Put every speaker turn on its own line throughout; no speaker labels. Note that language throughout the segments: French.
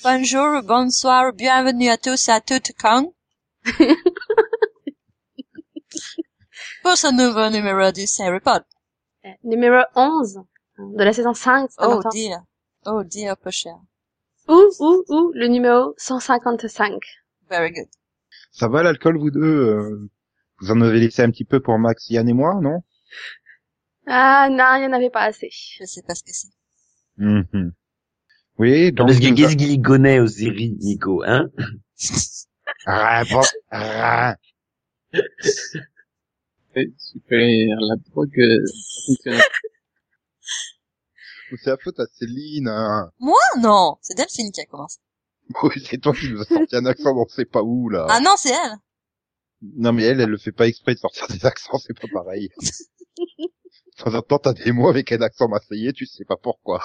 bonjour, bonsoir, bienvenue à tous et à toutes quand pour ce nouveau numéro du Seripod.
Numéro 11 de la saison 5.
Oh dear, peu cher.
Ou le numéro 155.
Very good.
Ça va l'alcool, vous deux Vous en avez laissé un petit peu pour Max, Yann et moi, non?
Ah non, il n'y en avait pas assez.
Je sais pas ce que c'est.
Mm-hmm. Oui, donc...
Parce que qu'est-ce qu'il connaît aux séries, Nico, hein?
Super, la drogue, ça fonctionne.
C'est la faute à Céline, hein.
Moi, non. C'est Delphine qui a commencé.
Oui, c'est toi qui nous as sorti un accent, on sait pas où, là.
Ah non, c'est elle.
Non, mais elle le fait pas exprès de sortir des accents, c'est pas pareil. De temps en temps, t'as des mots avec un accent marseillais, tu sais pas pourquoi.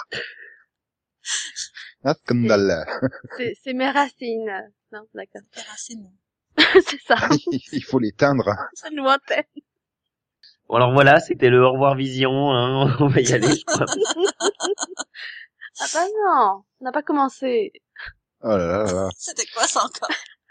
Un scandale.
C'est mes racines. Non, d'accord.
C'est Racine.
C'est ça.
Il faut l'éteindre.
C'est lointain.
Bon, alors voilà, c'était le au revoir vision, hein. On va y aller, je crois.
Ah bah non, on n'a pas commencé.
Oh là là là.
C'était quoi ça encore?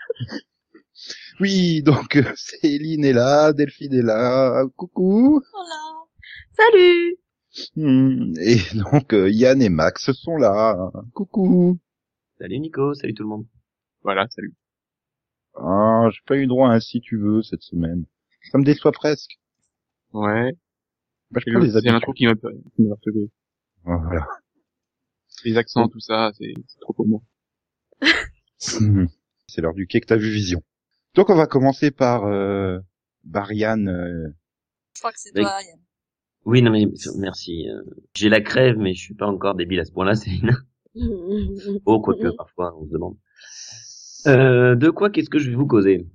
Oui, donc, Céline est là, Delphine est là, coucou.
Voilà.
Salut.
Et donc, Yann et Max sont là, coucou.
Salut Nico, salut tout le monde.
Voilà, salut.
Ah, j'ai pas eu droit à un si tu veux cette semaine. Ça me déçoit presque.
Ouais.
Bah, je
Et
prends les
l'autre, c'est
habitudes.
l'intro qui m'a perturbé.
Voilà.
Les accents, tout ça, c'est trop pour moi.
C'est l'heure du quai que t'as vu Vision. Donc on va commencer par Yann.
Je crois que c'est
Oui.
toi, Yann.
Oui, non mais merci. J'ai la crève, mais je suis pas encore débile à ce point-là, Céline. Oh, quoique, parfois, on se demande. De quoi qu'est-ce que je vais vous causer?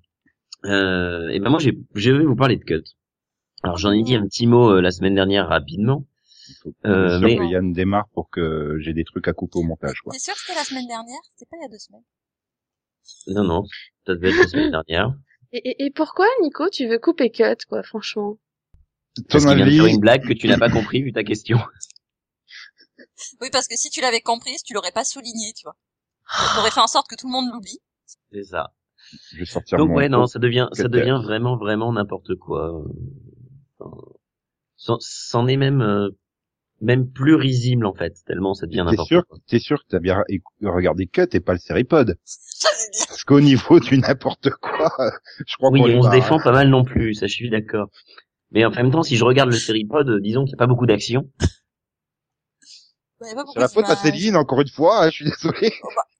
Et ben moi, je vais vous parler de Cut. Alors j'en ai dit un petit mot la semaine dernière rapidement.
Il faut bien sûr
mais-
que Yann démarre pour que j'ai des trucs à couper au montage, quoi.
T'es sûr que c'était la semaine dernière? C'était pas il y a 2 semaines.
Non, ça devait être la semaine dernière.
Et pourquoi, Nico, tu veux couper cut, quoi, franchement?
Parce
Ton
qu'il vient de faire
avis,
une blague que tu n'as pas compris vu ta question.
Oui, parce que si tu l'avais comprise, tu l'aurais pas souligné, tu vois. T'aurais fait en sorte que tout le monde l'oublie.
C'est ça.
je vais sortir
Donc
mon...
ouais, non, ça devient
Cutter.
vraiment n'importe quoi. Enfin, c'en est même plus risible en fait, tellement ça devient n'importe quoi.
T'es sûr que t'as bien regardé Cut et pas le Seripod?
J'allais dire.
Parce qu'au niveau du n'importe quoi, je crois
Oui,
qu'on est
on se
pas,
défend pas mal non plus, ça je suis d'accord. Mais en même temps, si je regarde le Seripod, disons qu'il n'y a pas beaucoup d'action.
Bah, y a pas beaucoup
C'est la faute à
d'images.
Céline, encore une fois, hein, je suis désolé.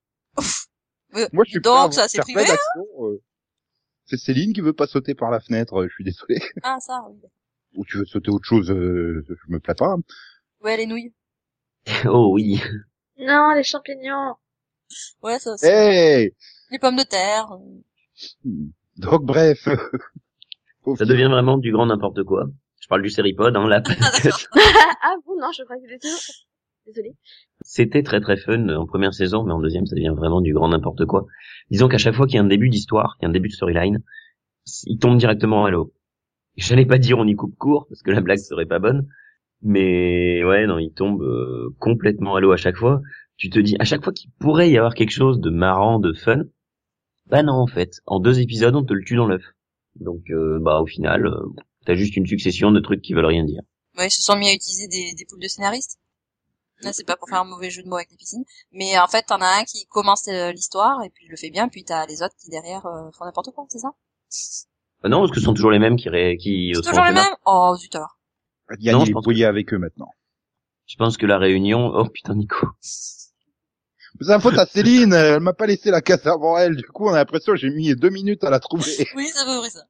Moi, je suis prêt à
Donc, ça, c'est
faire
privé,
plein d'actions. C'est Céline qui veut pas sauter par la fenêtre, je suis désolé.
Ah, ça, oui.
Ou tu veux sauter autre chose, je me plains pas.
Ouais, les nouilles.
Oh oui.
Non, les champignons.
Ouais, ça aussi.
Hey!
Les pommes de terre.
Donc, bref.
Ça devient vraiment du grand n'importe quoi. Je parle du Seripod, hein, là.
Ah, d'accord.
Ah bon, non, je crois qu'il était toujours... Désolée.
C'était très très fun en première saison, mais en deuxième, ça devient vraiment du grand n'importe quoi. Disons qu'à chaque fois qu'il y a un début d'histoire, qu'il y a un début de storyline, il tombe directement à l'eau. J'allais pas dire on y coupe court, parce que la blague serait pas bonne, mais ouais, non, il tombe complètement à l'eau à chaque fois. Tu te dis, à chaque fois qu'il pourrait y avoir quelque chose de marrant, de fun, bah non, en fait, en 2 épisodes, on te le tue dans l'œuf. Donc, au final, t'as juste une succession de trucs qui veulent rien dire.
Ouais, ils se sont mis à utiliser des poules de scénaristes. Là, c'est pas pour faire un mauvais jeu de mots avec les piscines. Mais en fait, t'en as un qui commence l'histoire, et puis il le fait bien, puis t'as les autres qui derrière font n'importe quoi, c'est ça?
Non, parce que ce sont toujours les mêmes qui
C'est
sont
toujours les
en scénar.
mêmes? Oh, zut alors.
Yann,
Non,
il
je
est
pense
brouillé avec eux maintenant.
Je pense que la réunion... Oh putain, Nico.
C'est la faute à Céline, elle m'a pas laissé la casse avant elle, du coup on a l'impression que j'ai mis 2 minutes à la trouver.
Oui, c'est à peu près ça.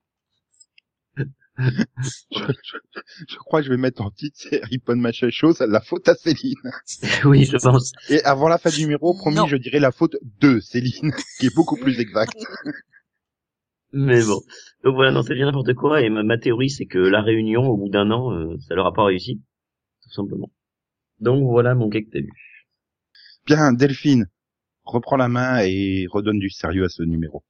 Je crois que je vais mettre en titre, c'est Ripon Machin Show, c'est la faute à Céline.
Oui, je pense.
Et avant la fin du numéro, promis,
Non.
je dirais la faute de Céline, qui est beaucoup plus exact.
Mais bon. Donc voilà, non, c'est bien n'importe quoi. Et ma théorie, c'est que la réunion, au bout d'un an, ça leur a pas réussi. Tout simplement. Donc voilà mon gars que t'as vu.
Bien, Delphine, reprends la main et redonne du sérieux à ce numéro.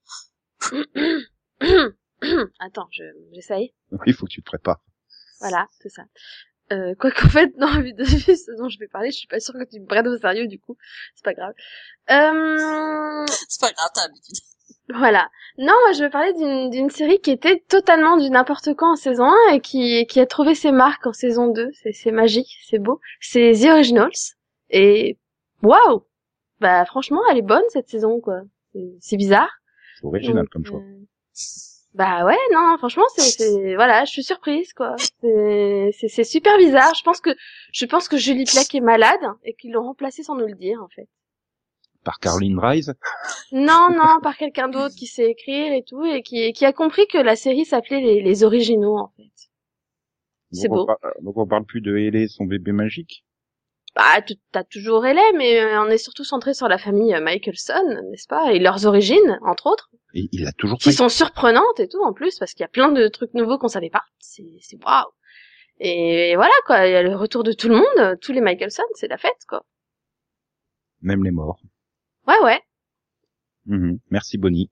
Attends, j'essaye.
Il faut que tu te prépares.
Voilà, c'est ça. Quoi qu'en fait, dans la vidéo ce dont je vais parler, je suis pas sûre que tu me prennes au sérieux, du coup. C'est pas grave.
C'est pas grave, t'as l'habitude.
Voilà. Non, moi, je vais parler d'une série qui était totalement du n'importe quoi en saison 1 et qui a trouvé ses marques en saison 2. C'est magique, c'est beau. C'est The Originals. Et, waouh! Bah, franchement, elle est bonne, cette saison, quoi. C'est bizarre.
C'est original
Donc,
comme choix.
Bah ouais, non, franchement, voilà, je suis surprise, quoi. C'est super bizarre. Je pense que Julie Plec est malade et qu'ils l'ont remplacée sans nous le dire, en fait.
Par Caroline Rise.
Non, par quelqu'un d'autre qui sait écrire et tout, et qui a compris que la série s'appelait les originaux, en fait. C'est beau.
Donc on parle plus de Ellie et son bébé magique.
Bah, t'as toujours Ellie, mais on est surtout centré sur la famille Michelson, n'est-ce pas? Et leurs origines, entre autres.
Et il a toujours
Qui sont surprenantes et tout, en plus, parce qu'il y a plein de trucs nouveaux qu'on savait pas. C'est waouh. Et voilà, quoi. Il y a le retour de tout le monde, tous les Michelson, c'est la fête, quoi.
Même les morts.
Ouais.
Merci Bonnie.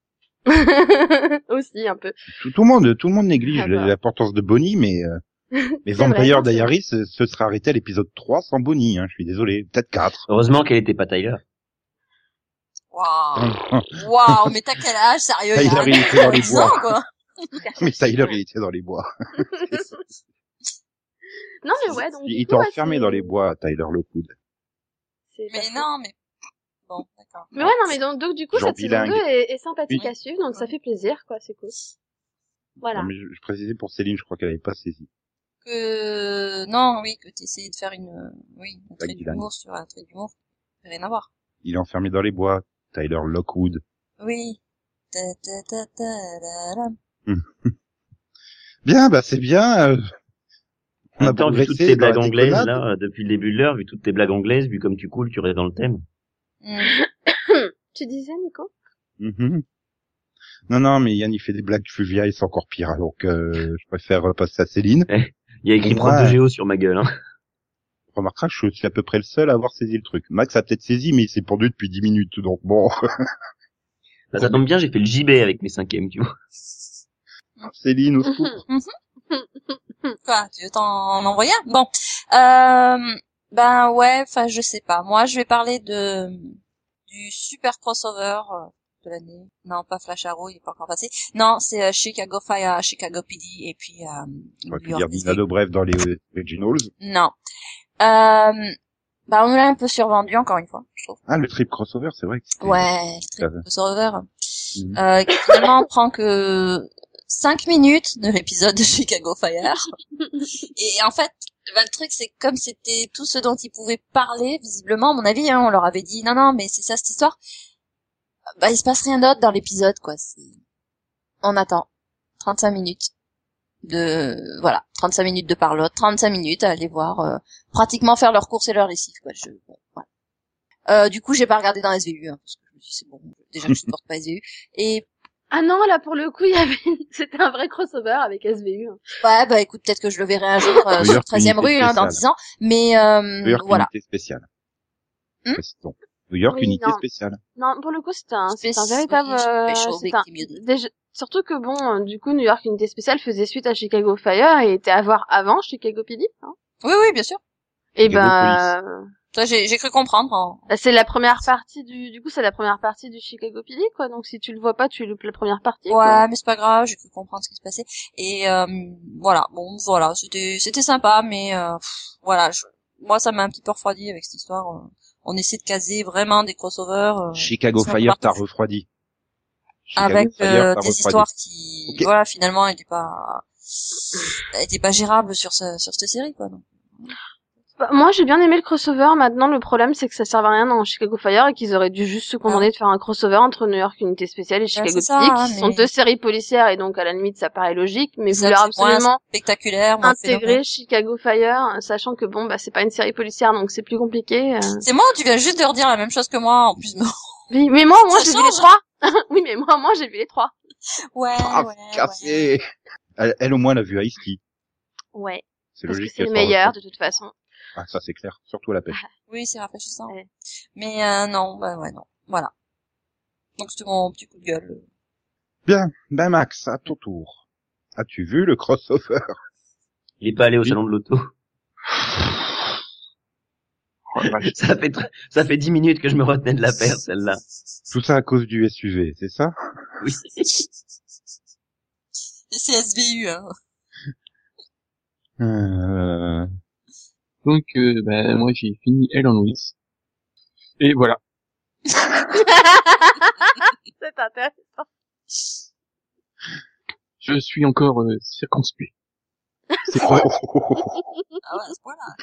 Aussi, un peu.
Tout le monde néglige
Ah bah.
l'importance de Bonnie, mais Vampire Diaries se serait arrêté à l'épisode 3 sans Bonnie, hein, je suis désolé. Peut-être 4.
Heureusement qu'elle était pas Tyler.
Waouh, mais t'as quel âge, sérieux?
Tyler, il était dans les
10 ans,
bois.
quoi.
Mais Tyler, il était dans les bois.
Non, mais ouais, donc.
Il était enfermé dans les bois, Tyler Lockwood.
Mais non, mais... Bon, d'accord.
Mais ouais, non, mais donc du coup,
Genre
cette saison 2
bilingue.
est sympathique
Oui.
à suivre, donc ça fait plaisir, quoi, c'est cool. Voilà.
Non, mais je précisais pour Céline, je crois qu'elle avait pas saisi.
Que t'essayais de faire un trait
bilingue.
d'humour sur un trait d'humour. Rien à voir.
Il est enfermé dans les bois, Tyler Lockwood.
Oui. Ta, ta, ta, ta, la, la.
Bien, bah c'est bien.
En même temps, vu toutes tes
dans la
blagues anglaises,
déconnade.
là, depuis le début de l'heure, vu toutes tes blagues anglaises, vu comme tu coules, tu restes dans le thème.
Tu disais, Nico?
Mhm. Non, mais Yann, il fait des blagues Fuvia et c'est encore pire, donc je préfère passer à Céline.
Il y a écrit prof de géo sur ma gueule, hein.
Remarquera, je suis à peu près le seul à avoir saisi le truc. Max a peut-être saisi, mais il s'est pendu depuis 10 minutes, donc bon.
Bah, ça tombe bien, j'ai fait le JB avec mes 5e, tu vois.
Céline, au secours.
Quoi, tu veux t'en envoyer un? Bon. Ben ouais, enfin je sais pas. Moi, je vais parler du super crossover de l'année. Non, pas Flash Arrow, il est pas encore passé. Non, c'est Chicago Fire, Chicago PD et puis
On va
New
plus
York
dire
City.
Dina Dobrev dans les Originals.
Non. Bah on l'a un peu survendu encore une fois, je trouve.
Ah, le trip crossover, c'est vrai que c'était...
Ouais, le trip crossover.
Mhm.
Qui finalement prend que 5 minutes de l'épisode de Chicago Fire. Et en fait, bah, le truc, c'est que comme c'était tout ce dont ils pouvaient parler, visiblement, à mon avis, hein, on leur avait dit, non, mais c'est ça cette histoire. Bah, il se passe rien d'autre dans l'épisode, quoi. On attend 35 minutes 35 minutes de parlotte, 35 minutes à aller voir, pratiquement faire leurs courses et leurs lessives, quoi. Voilà. Du coup, j'ai pas regardé dans SVU, hein, parce que je me suis dit, c'est bon, déjà que je supporte pas SVU. Et
Ah non, là, pour le coup, c'était un vrai crossover avec SVU. Hein.
ouais, bah écoute, peut-être que je le verrai un jour sur 13e rue, hein, dans 10 ans. Mais
New York,
voilà.
unité spéciale.
Hmm
Précisons. New York,
Oui,
unité
non.
spéciale.
Non, pour le coup, c'est un
Special
véritable...
Victim Unit.
Surtout que bon, du coup, New York Unité Spéciale faisait suite à Chicago Fire et était à voir avant Chicago PD. Hein.
Oui, bien sûr.
Et
Chicago
Ça, j'ai cru comprendre. Hein.
c'est la première partie du coup, c'est la première partie du Chicago PD, quoi. Donc si tu le vois pas, tu loupes la première partie.
Ouais,
Quoi.
mais c'est pas grave, j'ai cru comprendre ce qui se passait. Et voilà, c'était sympa, mais voilà, moi ça m'a un petit peu refroidi avec cette histoire. On essaie de caser vraiment des crossovers.
Chicago Fire t'a refroidi. Chicago
Avec
Fire t'a
des
refroidi.
histoires qui,
Okay.
voilà, finalement, étaient pas gérables sur cette série, quoi. Donc.
Bah, moi, j'ai bien aimé le crossover. Maintenant, le problème, c'est que ça servait à rien dans Chicago Fire et qu'ils auraient dû juste se contenter de faire un crossover entre New York Unité Spéciale et Chicago
c'est ça,
PD,
hein,
qui sont deux séries policières et donc à la limite, ça paraît logique, mais
Ça,
vouloir
c'est moins
absolument
spectaculaire, moins
intégrer
phénoménal.
Chicago Fire, sachant que bon, bah c'est pas une série policière, donc c'est plus compliqué.
C'est moi ou tu viens juste de redire la même chose que moi, en plus, non?
Oui, mais moi
Ça
j'ai vu les
change.
trois. Oui, mais moi j'ai vu les trois.
Ouais,
Ah, cassé. Elle, au moins, elle a vu Ice-T.
Ouais.
C'est
Parce que
logique.
c'est le
qu'elle soit
meilleur
refaite.
de toute façon.
Ah, ça, c'est clair. Surtout à la pêche.
Oui, c'est rafraîchissant.
Ouais.
Mais non, non. Voilà. Donc c'était mon petit coup de gueule.
Bien. Ben, Max, à ton tour. As-tu vu le crossover?
Il est pas allé au
Oui.
salon de l'auto.
la vache.
Ça fait 10 minutes que je me retenais de la perdre, celle-là.
Tout ça à cause du SUV, c'est ça?
Oui.
Et c'est SVU, hein.
Donc, moi, j'ai fini Elle en Louis. Et voilà.
C'est intéressant.
Je suis encore circonspect. C'est
Oh,
quoi?
oh, oh, oh.
Ah ouais, à ce point-là.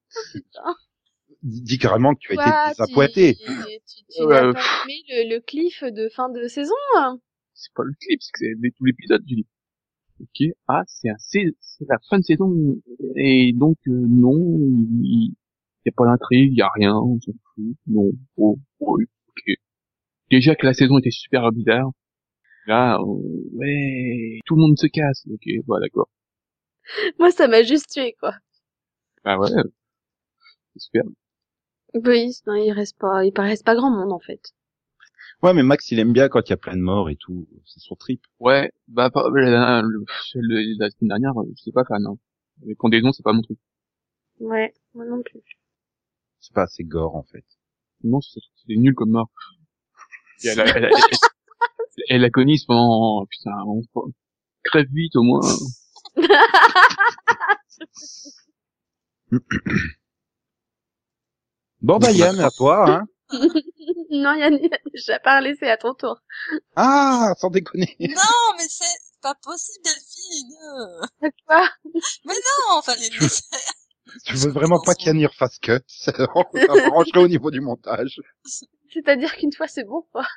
Dis carrément que tu as
Quoi,
été désappointé.
Tu
Ouais,
n'as pas aimé le cliff de fin de saison?
C'est pas le clip, c'est que c'est tout l'épisode, je dis. Ok, c'est la fin de saison, et donc, non, il y a pas d'intrigue, il y a rien, on s'en fout, non, oh, oui, ok. Déjà que la saison était super bizarre. Là, ouais, tout le monde se casse, ok, bah d'accord.
Moi, ça m'a juste tué, quoi.
Bah ouais, c'est super.
Oui, non, il reste pas grand monde, en fait.
Ouais, mais Max, il aime bien quand il y a plein de morts et tout. C'est son trip.
Ouais, bah la semaine dernière, je sais pas fan, hein. Les pendaisons, c'est pas mon truc.
Ouais, moi non plus.
C'est pas assez gore, en fait.
Non, c'est nul comme mort. Et elle agonise pendant, putain, crève vite au moins.
Bon, bah, Yann, à toi, hein.
Non, Yann, il a déjà parlé, c'est à ton tour.
Ah, sans déconner.
Non, mais c'est pas possible, Delphine.
Quoi?
Mais non, fallait le laisser.
Tu veux vraiment pas qu'Yann y refasse cut. Ça m'arrangerait au niveau du montage.
C'est-à-dire qu'une fois, c'est bon, quoi.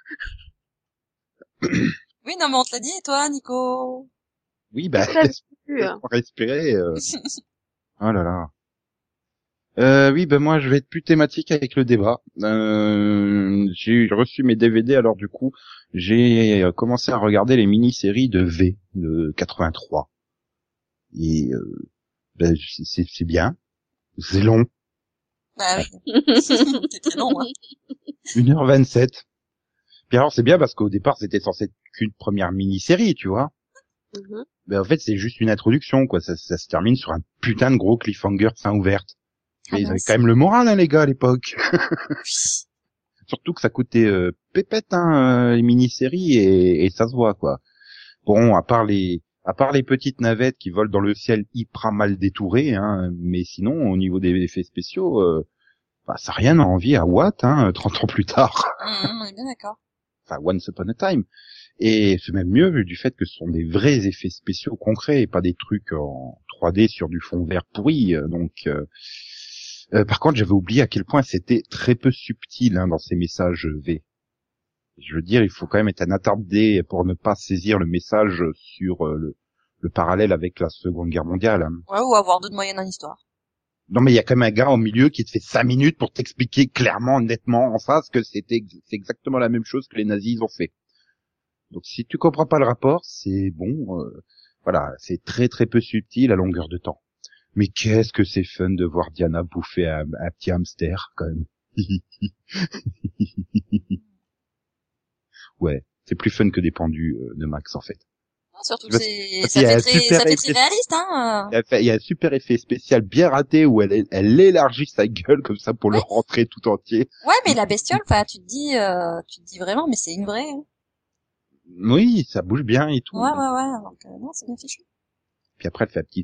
Oui, non, mais on te l'a dit, et toi, Nico?
Oui, bah,
Très plus,
laisse-moi respirer. Oh là là. Oui, ben moi je vais être plus thématique avec le débat. J'ai reçu mes DVD, alors du coup j'ai commencé à regarder les mini-séries de V de 83. Et ben, c'est bien, c'est long,
Bah oui. C'est très long, hein.
1h27. Puis alors c'est bien parce qu'au départ c'était censé être qu'une première mini-série, tu vois.
Mhm.
Ben en fait c'est juste une introduction, quoi. Ça se termine sur un putain de gros cliffhanger fin ouverte. Mais ils avaient quand même le moral, hein, les gars, à l'époque. Surtout que ça coûtait pépette, hein, les mini-séries, et ça se voit, quoi. Bon, à part les petites navettes qui volent dans le ciel hyper mal détourées, hein, mais sinon, au niveau des effets spéciaux, bah, ça n'a rien à envier à Watt, hein, 30 ans plus tard.
On est bien d'accord.
Enfin, Once Upon a Time. Et c'est même mieux, vu du fait que ce sont des vrais effets spéciaux concrets, et pas des trucs en 3D sur du fond vert pourri, donc... par contre, j'avais oublié à quel point c'était très peu subtil, hein, dans ces messages V. Je veux dire, il faut quand même être un attardé pour ne pas saisir le message sur le parallèle avec la Seconde Guerre mondiale. Hein.
Ouais, ou avoir 2 de moyenne en histoire.
Non, mais il y a quand même un gars au milieu qui te fait 5 minutes pour t'expliquer clairement, nettement, en face, que c'est exactement la même chose que les nazis ils ont fait. Donc, si tu comprends pas le rapport, c'est bon, voilà, c'est très très peu subtil à longueur de temps. Mais qu'est-ce que c'est fun de voir Diana bouffer un petit hamster, quand même. Ouais, c'est plus fun que des pendus de Max, en fait.
Non, surtout que
Parce-
ça
parce
fait
qu'il y a un
très
super effet-
réaliste, hein.
Il y a un super effet spécial bien raté où elle élargit sa gueule comme ça pour le rentrer tout entier.
Ouais, mais la bestiole, enfin, tu te dis vraiment, mais c'est une vraie. Hein.
Oui, ça bouge bien et tout.
Ouais, donc, non, c'est bien fichu.
Puis après, elle fait un petit...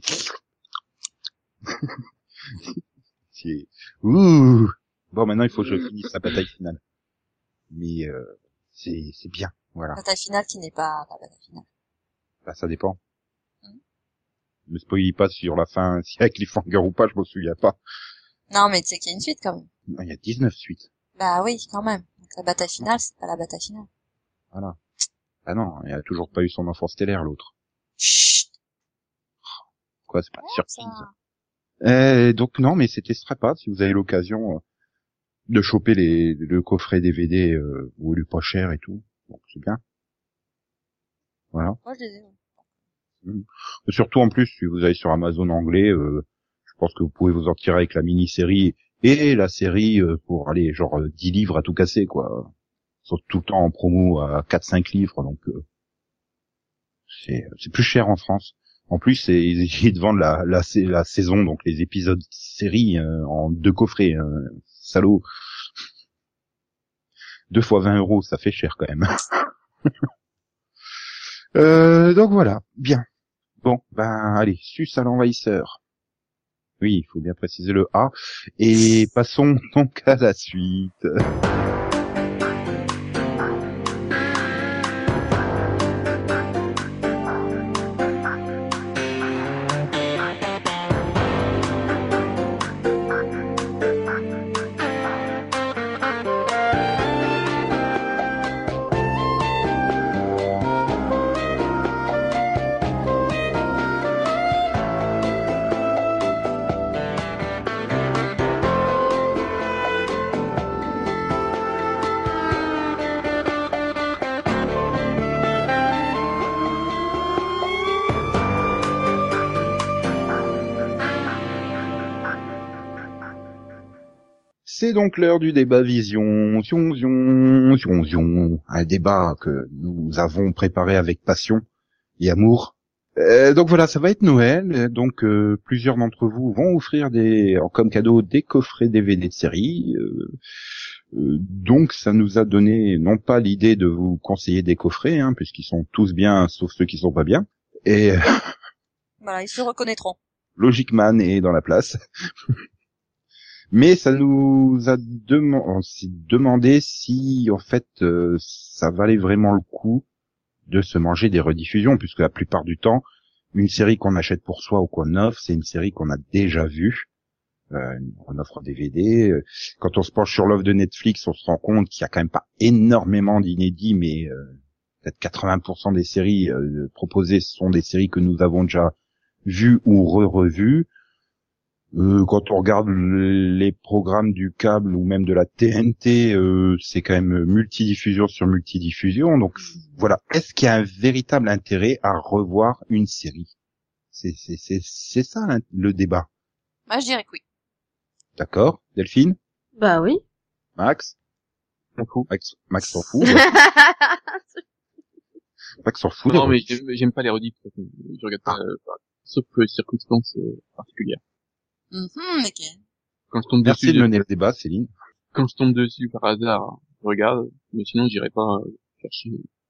C'est... Ouh. Bon, maintenant, il faut que je finisse la bataille finale. Mais c'est bien, voilà.
Bataille finale qui n'est pas la bataille finale.
Bah, ça dépend. Ne spoilie pas sur la fin, s'il y a cliffhanger ou pas, je m'en souviens pas.
Non, mais tu sais qu'il y a une suite, quand même.
Non, il y a 19 suites.
Bah oui, quand même. Donc la bataille finale, c'est pas la bataille finale.
Voilà. Ah non, il a toujours pas eu son enfant stellaire, l'autre.
Chut.
Quoi, c'est pas une
Ça...
surprise. Donc non, mais c'était sympa si vous avez l'occasion de choper le coffret DVD où il est pas cher et tout. Donc c'est bien. Voilà.
Moi, je les ai.
Surtout en plus, si vous allez sur Amazon anglais, je pense que vous pouvez vous en tirer avec la mini-série et la série pour aller genre 10 livres à tout casser, quoi. Ils sont tout le temps en promo à 4-5 livres, donc c'est plus cher en France. En plus, ils te vendent la saison, donc les épisodes série en 2 coffrets. salaud. 2 fois 20 €, ça fait cher quand même. Donc voilà, bien. Bon, ben allez, suce à l'envahisseur. Oui, il faut bien préciser le A. Et passons donc à la suite. C'est donc l'heure du débat vision, un débat que nous avons préparé avec passion et amour. Donc voilà, ça va être Noël, donc plusieurs d'entre vous vont offrir comme cadeau des coffrets DVD de série. Donc ça nous a donné non pas l'idée de vous conseiller des coffrets, puisqu'ils sont tous bien, sauf ceux qui sont pas bien. Et
voilà, ils se reconnaîtront.
Logic Man est dans la place. Mais ça nous a demandé si, en fait, ça valait vraiment le coup de se manger des rediffusions, puisque la plupart du temps, une série qu'on achète pour soi ou qu'on offre, c'est une série qu'on a déjà vue. On offre un DVD. Quand on se penche sur l'offre de Netflix, on se rend compte qu'il y a quand même pas énormément d'inédits, mais peut-être 80% des séries proposées sont des séries que nous avons déjà vues ou revues. Quand on regarde les programmes du câble ou même de la TNT, c'est quand même multidiffusion sur multidiffusion. Donc voilà, est-ce qu'il y a un véritable intérêt à revoir une série? C'est ça le débat.
Moi, je dirais que oui.
D'accord. Delphine?
Bah oui.
Max? Max s'en fout. Max s'en fout.
Non, mais j'aime pas les rediffs. Je regarde pas, sauf circonstances particulières.
Ok.
Quand je tombe
Merci
dessus,
de mener le débat, Céline.
quand je tombe dessus par hasard, je regarde, mais sinon j'irai pas chercher.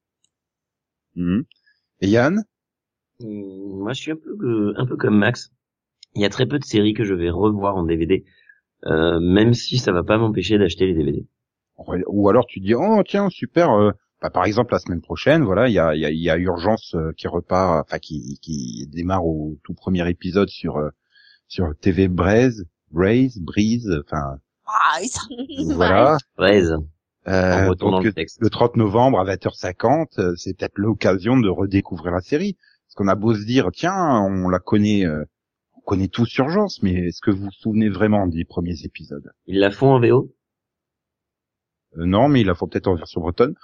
Et Yann?
Moi, je suis un peu comme Max. Il y a très peu de séries que je vais revoir en DVD, même si ça va pas m'empêcher d'acheter les DVD.
Ou alors tu dis, oh tiens, super, par exemple la semaine prochaine, voilà, il y a Urgence qui repart, enfin qui démarre au tout premier épisode sur TV Brise, enfin voilà.
Brise. En retournant
donc
le texte.
le 30 novembre à 20h50, c'est peut-être l'occasion de redécouvrir la série. Parce qu'on a beau se dire, tiens, on la connaît, on connaît tous Urgence, mais est-ce que vous vous souvenez vraiment des premiers épisodes?
Ils la font en VO?
Non, mais ils la font peut-être en version bretonne.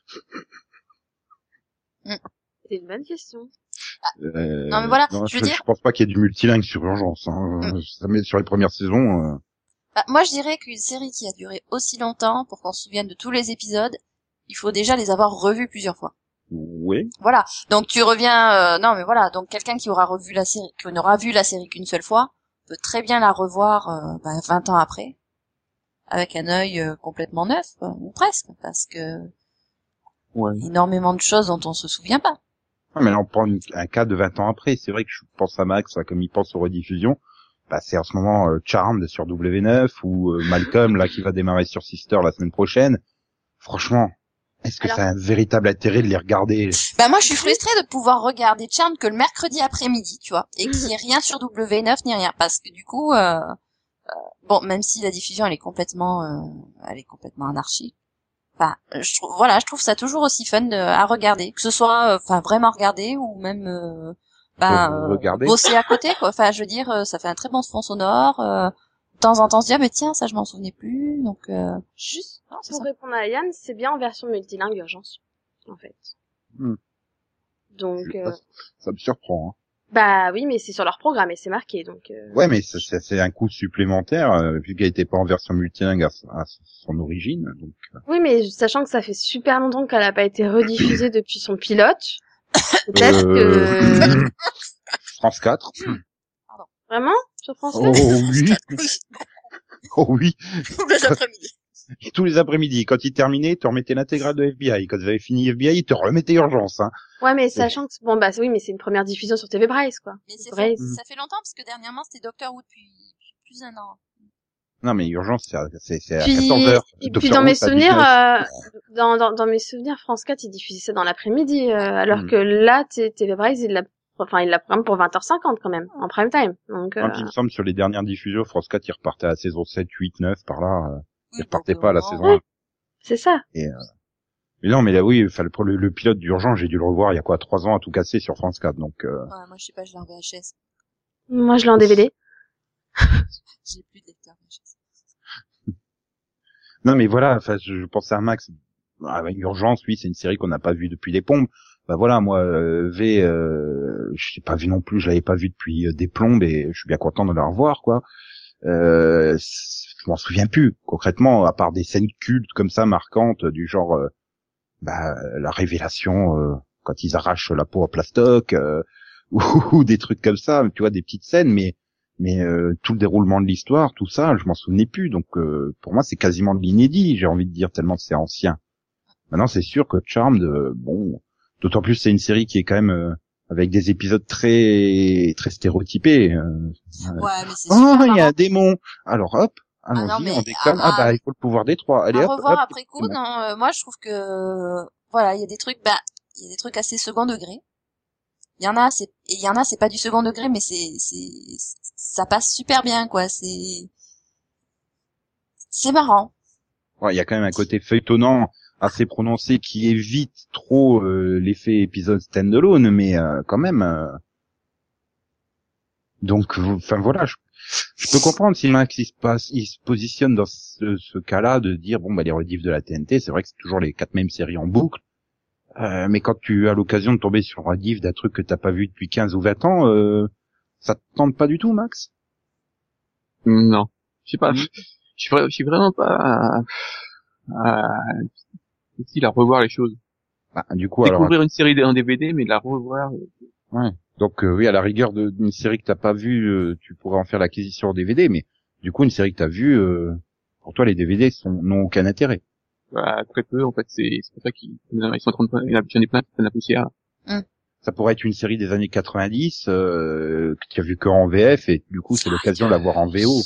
C'est une bonne question.
Non, mais voilà,
non,
je veux dire...
Je pense pas qu'il y ait du multilingue sur Urgence. Ça met sur les premières saisons.
moi, je dirais qu'une série qui a duré aussi longtemps, pour qu'on se souvienne de tous les épisodes, il faut déjà les avoir revus plusieurs fois.
Oui.
Voilà. Donc tu reviens... non, mais voilà. Donc quelqu'un qui n'aura vu la série qu'une seule fois, peut très bien la revoir 20 ans après, avec un œil complètement neuf, ou presque, parce que énormément de choses dont on se souvient pas.
Ah, mais là, on prend un cas de 20 ans après. C'est vrai que je pense à Max, comme il pense aux rediffusions. C'est en ce moment Charmed sur W9 ou Malcolm là qui va démarrer sur Sister la semaine prochaine. Franchement, est-ce que ça a un véritable intérêt de les regarder?
Moi, je suis frustrée de pouvoir regarder Charmed que le mercredi après-midi, tu vois, et qu'il n'y ait rien sur W9 ni rien, parce que du coup, même si la diffusion elle est complètement anarchique. Je trouve ça toujours aussi fun à regarder, que ce soit vraiment regarder ou même bosser à côté quoi. Enfin, je veux dire, ça fait un très bon fond sonore. De temps en temps, on se dit tiens, ça je m'en souvenais plus. Donc juste
pour répondre à Yann, c'est bien en version multilingue Urgence en fait. Donc
ça me surprend.
Bah oui, mais c'est sur leur programme et c'est marqué donc.
Ouais, mais c'est un coût supplémentaire vu qu'elle était pas en version multilingue à son origine. Donc.
Oui, mais sachant que ça fait super longtemps qu'elle a pas été rediffusée depuis son pilote, peut-être que.
France 4.
Pardon.
Vraiment sur France 4
Oh oui. Oh oui.
Tous les après-midi.
Et tous les après-midi, quand ils terminaient, tu remettais l'intégrale de FBI. Quand ils avaient fini FBI, ils te remettaient Urgence, hein.
Ouais, mais sachant que, bon, bah, oui, mais c'est une première diffusion sur TV Braille, quoi.
Mais
Braille.
ça fait longtemps, parce que dernièrement, c'était Doctor Who depuis plus d'un an.
Non, mais Urgence, c'est à 14
Puis,
heures.
puis
Doctor
dans
Who,
mes
c'est à
souvenirs,
19.
dans mes souvenirs, France 4, ils diffusaient ça dans l'après-midi, alors
Mm.
que là, TV Braille, il la programme pour 20h50 quand même, en prime time. Donc,
Quand il me semble, sur les dernières diffusions, France 4, ils repartaient à la saison 7, 8, 9, par là. Ils repartaient pas à la saison 1.
c'est ça.
Et, mais non, mais là, oui, enfin, le pilote d'Urgence, j'ai dû le revoir il y a quoi, 3 ans à tout casser sur France 4, donc,
Ouais, moi, je sais pas, je l'ai en VHS.
Moi, je l'ai en DVD.
J'ai plus de lecteur VHS.
Non, mais voilà, enfin, je pensais à Max. Avec Urgence, oui, c'est une série qu'on n'a pas vue depuis les Plombes. Bah voilà, moi, je l'ai pas vu non plus, je l'avais pas vu depuis des Plombes et je suis bien content de la revoir, quoi. Je m'en souviens plus, concrètement, à part des scènes cultes comme ça, marquantes, du genre, la révélation, quand ils arrachent la peau à plastoc, ou des trucs comme ça, tu vois, des petites scènes, mais tout le déroulement de l'histoire, tout ça, je m'en souvenais plus. Donc pour moi, c'est quasiment de l'inédit, j'ai envie de dire, tellement c'est ancien. Maintenant, c'est sûr que Charmed, bon, d'autant plus c'est une série qui est quand même avec des épisodes très très stéréotypés.
Ouais, mais c'est
Oh,
super
il y a
marrant.
un démon. Alors hop,
non,
allons-y,
mais
on déconne. Il faut le pouvoir des trois. Allez,
à
hop,
revoir
hop,
après coup, non, moi, je trouve que, voilà, il y a des trucs, il y a des trucs assez second degré. Il y en a, c'est pas du second degré, mais ça passe super bien, quoi. C'est marrant.
Ouais, il y a quand même un côté feuilletonnant assez prononcé qui évite trop l'effet épisode standalone, mais quand même. Donc, enfin voilà, je peux comprendre si Max il se positionne dans ce cas-là de dire bon bah les rediffs de la TNT, c'est vrai que c'est toujours les 4 mêmes séries en boucle. Mais quand tu as l'occasion de tomber sur un rediff d'un truc que t'as pas vu depuis 15 ou 20 ans, ça te tente pas du tout, Max?
Non. Je sais pas. Je suis vraiment pas difficile à revoir les choses.
Bah, du coup,
Découvrir une série en DVD, mais la revoir.
Ouais. Donc oui, à la rigueur d'une série que t'as pas vue, tu pourrais en faire l'acquisition en DVD, mais du coup une série que t'as vue, pour toi les DVD n'ont aucun intérêt.
Bah, très peu, en fait, c'est pour ça qu'ils sont en train de, j'en ai plein qui prennent la poussière.
Ça pourrait être une série des années 90, que tu as vu que en VF, et du coup c'est l'occasion de la voir en VO.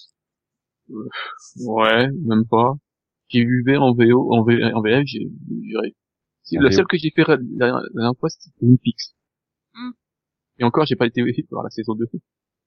Ouais, même pas. J'ai vu V en VO, en VF, la seule que j'ai fait la dernière fois, c'était Twin Peaks. Et encore, j'ai pas été voir la saison 2.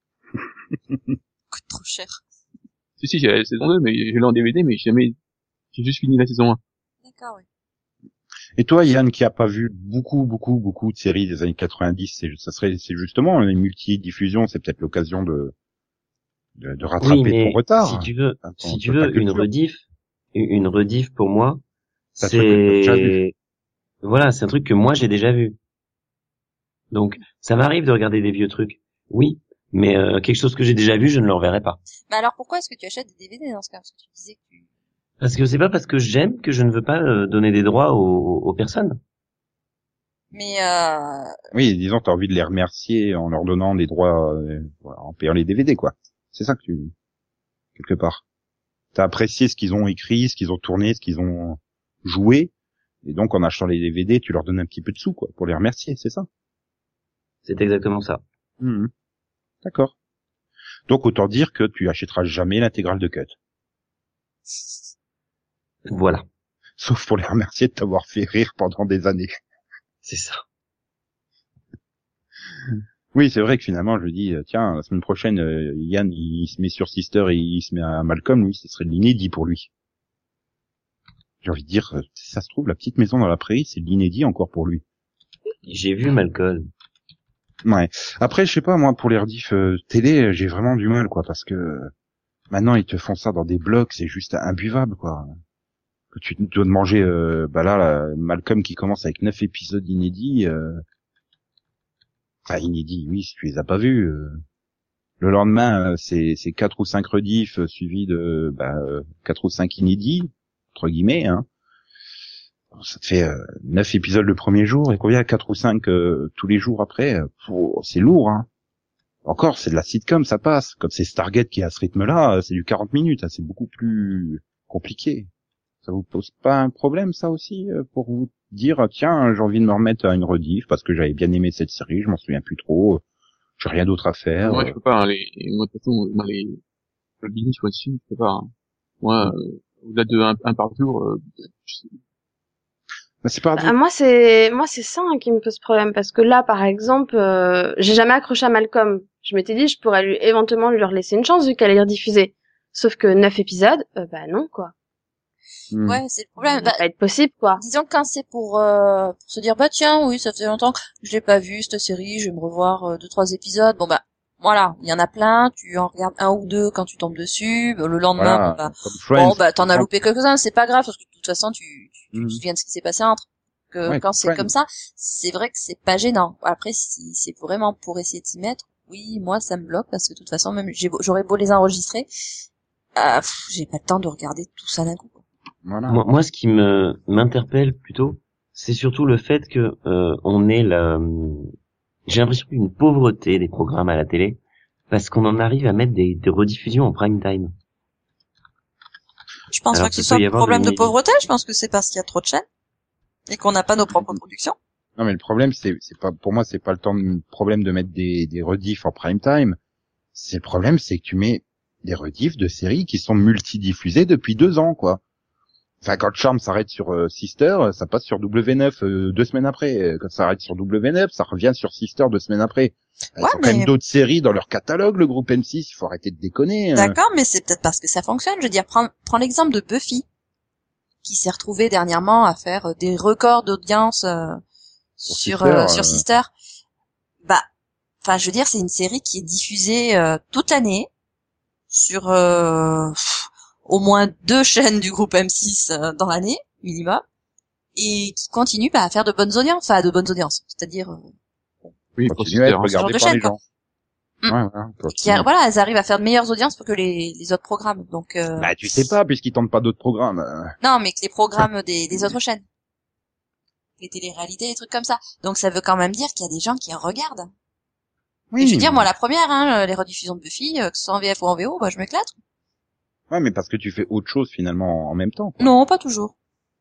Coûte trop cher.
Si, j'ai la saison 2, mais je l'ai en DVD, mais j'ai juste fini la saison 1.
D'accord, oui.
Et toi, Yann, qui a pas vu beaucoup de séries des années 90, c'est justement les multi-diffusions, c'est peut-être l'occasion de rattraper ton retard.
Si tu veux,
ta
une rediff pour moi,
c'est
voilà, c'est un truc que moi j'ai déjà vu. Donc, ça m'arrive de regarder des vieux trucs. Oui, mais quelque chose que j'ai déjà vu, je ne le reverrai pas.
Mais alors pourquoi est-ce que tu achètes des DVD dans ce cas? Parce que tu disais que tu...
Parce que c'est pas parce que j'aime que je ne veux pas donner des droits aux personnes.
Mais
oui, disons, t'as envie de les remercier en leur donnant des droits, en payant les DVD, quoi. C'est ça que quelque part. T'as apprécié ce qu'ils ont écrit, ce qu'ils ont tourné, ce qu'ils ont joué, et donc en achetant les DVD, tu leur donnes un petit peu de sous, quoi, pour les remercier, c'est ça?
C'est exactement ça.
D'accord. Donc autant dire que tu achèteras jamais l'intégrale de Cut.
Voilà.
Sauf pour les remercier de t'avoir fait rire pendant des années.
C'est ça.
Oui, c'est vrai que finalement, je dis, tiens, la semaine prochaine, Yann, il se met sur Sister et il se met à Malcolm, lui, ce serait de l'inédit pour lui. J'ai envie de dire, ça se trouve, la petite maison dans la prairie, c'est de l'inédit encore pour lui.
J'ai vu Malcolm.
Ouais. Après, je sais pas, moi, pour les rediffs télé, j'ai vraiment du mal, quoi, parce que maintenant, ils te font ça dans des blocs, c'est juste imbuvable, quoi. Que tu dois manger, là, Malcolm qui commence avec 9 épisodes inédits, enfin, inédits, oui, si tu les as pas vus, le lendemain, c'est 4 ou 5 rediffs, suivis de, 4 ou 5 inédits, entre guillemets, hein. Ça te fait 9 épisodes le premier jour et combien 4 ou 5 tous les jours après, c'est lourd, hein. Encore, c'est de la sitcom, ça passe. Comme c'est Stargate qui est à ce rythme-là, c'est du 40 minutes, hein, c'est beaucoup plus compliqué. Ça vous pose pas un problème, ça aussi, pour vous dire, tiens, j'ai envie de me remettre à une rediff parce que j'avais bien aimé cette série, je m'en souviens plus trop, j'ai rien d'autre à faire.
Moi, je peux pas, hein, moi, de toute façon, le binge watching, je peux pas, hein. Moi, au-delà de un par jour,
Bah, c'est pas
Moi c'est ça hein, qui me pose problème parce que là par exemple j'ai jamais accroché à Malcolm. Je m'étais dit je pourrais éventuellement lui laisser une chance vu qu'elle est rediffusée. Sauf que 9 épisodes, bah non quoi.
Ouais, c'est le problème.
Ça va pas être possible quoi.
Disons que quand c'est pour se dire bah tiens oui ça fait longtemps que je l'ai pas vu cette série, je vais me revoir 2-3 épisodes. Bon bah voilà, il y en a plein, tu en regardes un ou deux quand tu tombes dessus, le lendemain bon bah t'en as loupé quelques-uns, c'est pas grave parce que de toute façon tu te souviens de ce qui s'est passé entre. Quand c'est comme ça, c'est vrai que c'est pas gênant. Après si c'est vraiment pour essayer de s'y mettre, oui, moi ça me bloque parce que de toute façon même j'aurais beau les enregistrer, j'ai pas le temps de regarder tout ça d'un coup.
Voilà.
Moi, ce qui m'interpelle plutôt, c'est surtout le fait que on est j'ai l'impression qu'une pauvreté des programmes à la télé, parce qu'on en arrive à mettre des rediffusions en prime time.
Je pense pas que ce soit un problème de pauvreté, je pense que c'est parce qu'il y a trop de chaînes et qu'on n'a pas nos propres productions.
Non mais le problème c'est pas, pour moi c'est pas le problème de mettre des rediffs en prime time. C'est le problème c'est que tu mets des rediffs de séries qui sont multidiffusées depuis 2 ans quoi. Enfin, quand Charm s'arrête sur Sister, ça passe sur W9 2 semaines après. Quand ça s'arrête sur W9, ça revient sur Sister 2 semaines après. Ils ont quand même d'autres séries dans leur catalogue, le groupe M6, il faut arrêter de déconner.
D'accord, mais c'est peut-être parce que ça fonctionne. Je veux dire, prends l'exemple de Buffy, qui s'est retrouvée dernièrement à faire des records d'audience sur Sister. Bah, enfin, je veux dire, c'est une série qui est diffusée toute l'année sur au moins 2 chaînes du groupe M6 dans l'année minimum et qui continue à faire de bonnes audiences, c'est-à-dire
oui,
continuer à être regardé par les gens.
Voilà, elles arrivent à faire de meilleures audiences que les autres programmes. Donc
bah tu sais pas puisqu'ils tentent pas d'autres programmes.
Non, mais que les programmes des autres chaînes. Les téléréalités, des trucs comme ça. Donc ça veut quand même dire qu'il y a des gens qui regardent. Oui. Et je veux dire moi la première les rediffusions de Buffy que ce soit en VF ou en VO, bah je m'éclate.
Ouais, mais parce que tu fais autre chose finalement en même temps. Quoi.
Non, pas toujours.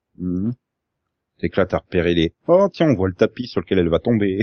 C'est que là t'as repéré les. Oh tiens, on voit le tapis sur lequel elle va tomber.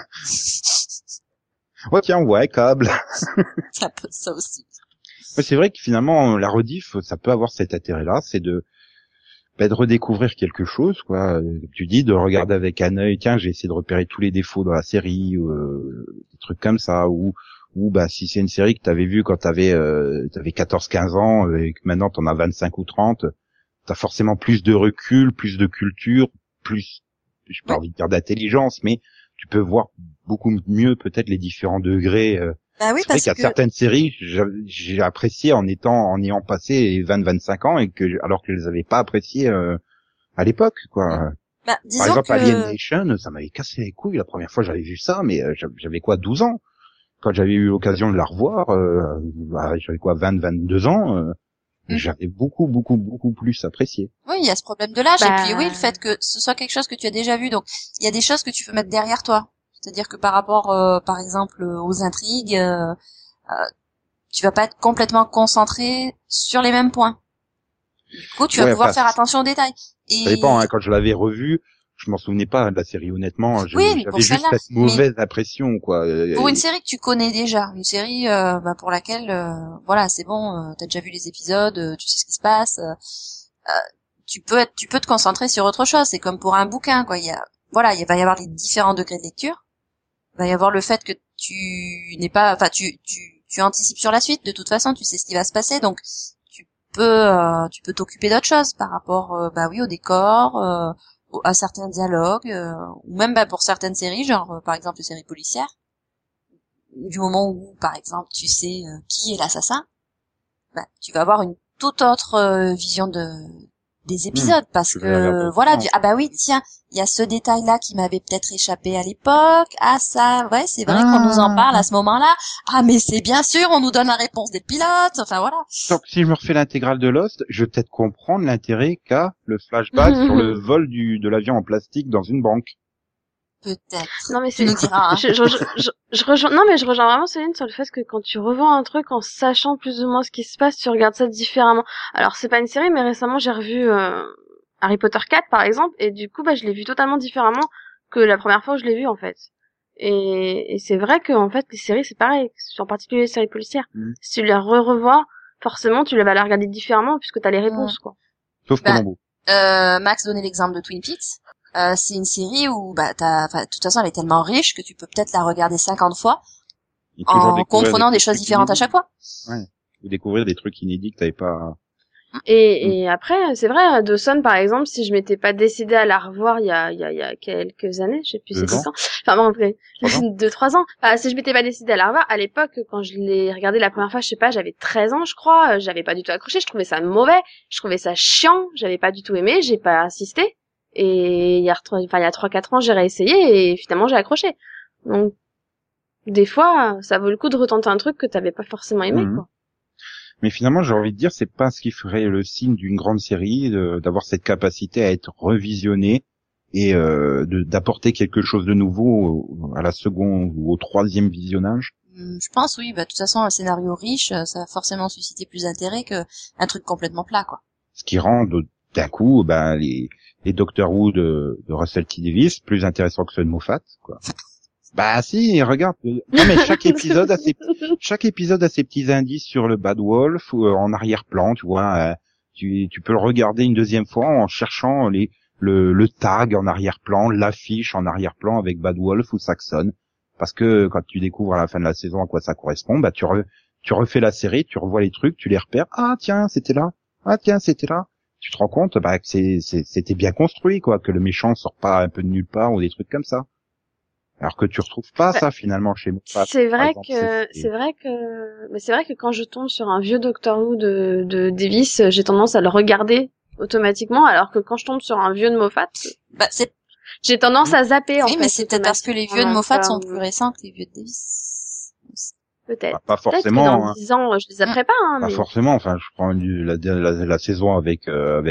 Oh tiens, on voit un câble.
C'est un peu ça aussi.
Ouais, c'est vrai que finalement la rediff, ça peut avoir cet intérêt-là, c'est de redécouvrir quelque chose, quoi. Tu dis de regarder avec un œil. Tiens, j'ai essayé de repérer tous les défauts dans la série, des trucs comme ça, ou bah si c'est une série que t'avais vue quand t'avais 14-15 ans et que maintenant t'en as 25 ou 30, t'as forcément plus de recul, plus de culture, plus, j'ai pas envie de dire d'intelligence, mais tu peux voir beaucoup mieux peut-être les différents degrés.
Bah oui,
c'est vrai qu'il y a certaines séries j'ai apprécié en ayant passé 20-25 ans et alors que je les avais pas appréciées à l'époque, quoi.
Bah,
par exemple, Alienation, ça m'avait cassé les couilles la première fois que j'avais vu ça, mais j'avais quoi, 12 ans. Quand j'avais eu l'occasion de la revoir, j'avais quoi, 22 ans, j'avais beaucoup plus apprécié.
Oui, il y a ce problème de l'âge, et puis oui, le fait que ce soit quelque chose que tu as déjà vu, donc il y a des choses que tu peux mettre derrière toi. C'est-à-dire que par rapport, par exemple, aux intrigues, tu vas pas être complètement concentré sur les mêmes points. Du coup, tu vas pouvoir faire attention aux détails. Et...
Ça dépend, hein, quand je l'avais revue, je m'en souvenais pas de la série, honnêtement. J'avais juste cette mauvaise impression, quoi.
Pour une série que tu connais déjà, une série pour laquelle, voilà, c'est bon, t'as déjà vu les épisodes, tu sais ce qui se passe, tu peux te concentrer sur autre chose. C'est comme pour un bouquin, quoi. Il va y avoir les différents degrés de lecture. Il va y avoir le fait que tu anticipes sur la suite. De toute façon, tu sais ce qui va se passer, donc tu peux t'occuper d'autre chose par rapport, au décor, à certains dialogues, ou même pour certaines séries, genre par exemple les séries policières. Du moment où, par exemple, tu sais qui est l'assassin, tu vas avoir une toute autre vision des épisodes, parce que voilà, tiens, il y a ce détail là qui m'avait peut-être échappé à l'époque. Ah ça, ouais, c'est vrai qu'on nous en parle à ce moment-là. Ah mais c'est bien sûr, on nous donne la réponse des pilotes. Enfin voilà.
Donc si je me refais l'intégrale de Lost, je vais peut-être comprendre l'intérêt qu'a le flashback sur le vol de l'avion en plastique dans une banque.
Peut-être.
Non mais
Tu nous diras, hein.
je rejoins, non mais je rejoins vraiment Céline sur le fait que quand tu revends un truc en sachant plus ou moins ce qui se passe, tu regardes ça différemment. Alors c'est pas une série, mais récemment j'ai revu Harry Potter 4 par exemple, et du coup bah je l'ai vu totalement différemment que la première fois que je l'ai vu en fait. Et c'est vrai que en fait les séries c'est pareil, en particulier les séries policières. Si tu les revois, forcément tu vas la regarder différemment puisque t'as les réponses quoi.
Sauf Colombo.
Max donnait l'exemple de Twin Peaks. C'est une série où de toute façon elle est tellement riche que tu peux peut-être la regarder 50 fois en comprenant des choses différentes à chaque fois.
Ouais. Ou découvrir des trucs inédits que t'avais pas.
Et après, c'est vrai, Dawson, par exemple, si je m'étais pas décidée à la revoir il y a quelques années, je sais plus c'était quand. Enfin bon, après, 2-3 ans. Si je m'étais pas décidée à la revoir, à l'époque, quand je l'ai regardé la première fois, je sais pas, j'avais 13 ans, je crois, j'avais pas du tout accroché, je trouvais ça mauvais, je trouvais ça chiant, j'avais pas du tout aimé, j'ai pas insisté. Et il y a 3-4 ans, j'ai réessayé et finalement j'ai accroché. Donc, des fois, ça vaut le coup de retenter un truc que t'avais pas forcément aimé, quoi.
Mais finalement, j'ai envie de dire, c'est pas ce qui ferait le signe d'une grande série, d'avoir cette capacité à être revisionnée et d'apporter quelque chose de nouveau à la seconde ou au troisième visionnage.
Je pense, oui. De toute façon, un scénario riche, ça va forcément susciter plus d'intérêt que un truc complètement plat, quoi. Ce
qui rend d'un coup, les Doctor Who de Russell T Davies plus intéressants que ceux de Moffat, quoi. Bah si, regarde. Non mais chaque épisode a ses petits indices sur le Bad Wolf ou en arrière-plan, tu vois. Tu peux le regarder une deuxième fois en cherchant le tag en arrière-plan, l'affiche en arrière-plan avec Bad Wolf ou Saxon, parce que quand tu découvres à la fin de la saison à quoi ça correspond, bah tu refais la série, tu revois les trucs, tu les repères. Ah tiens, c'était là. Ah tiens, c'était là. Tu te rends compte que c'était bien construit, quoi, que le méchant sort pas un peu de nulle part ou des trucs comme ça. Alors que tu retrouves pas ça finalement chez Moffat.
C'est vrai que quand je tombe sur un vieux Doctor Who de Davis, j'ai tendance à le regarder automatiquement, alors que quand je tombe sur un vieux de Moffat, j'ai tendance à zapper.
Oui, mais c'est peut-être parce que les vieux de Moffat sont plus récents que les vieux de Davis.
Peut-être.
Pas forcément.
Dans 10 ans, je les zapperai pas.
Pas forcément. Enfin, je prends la saison avec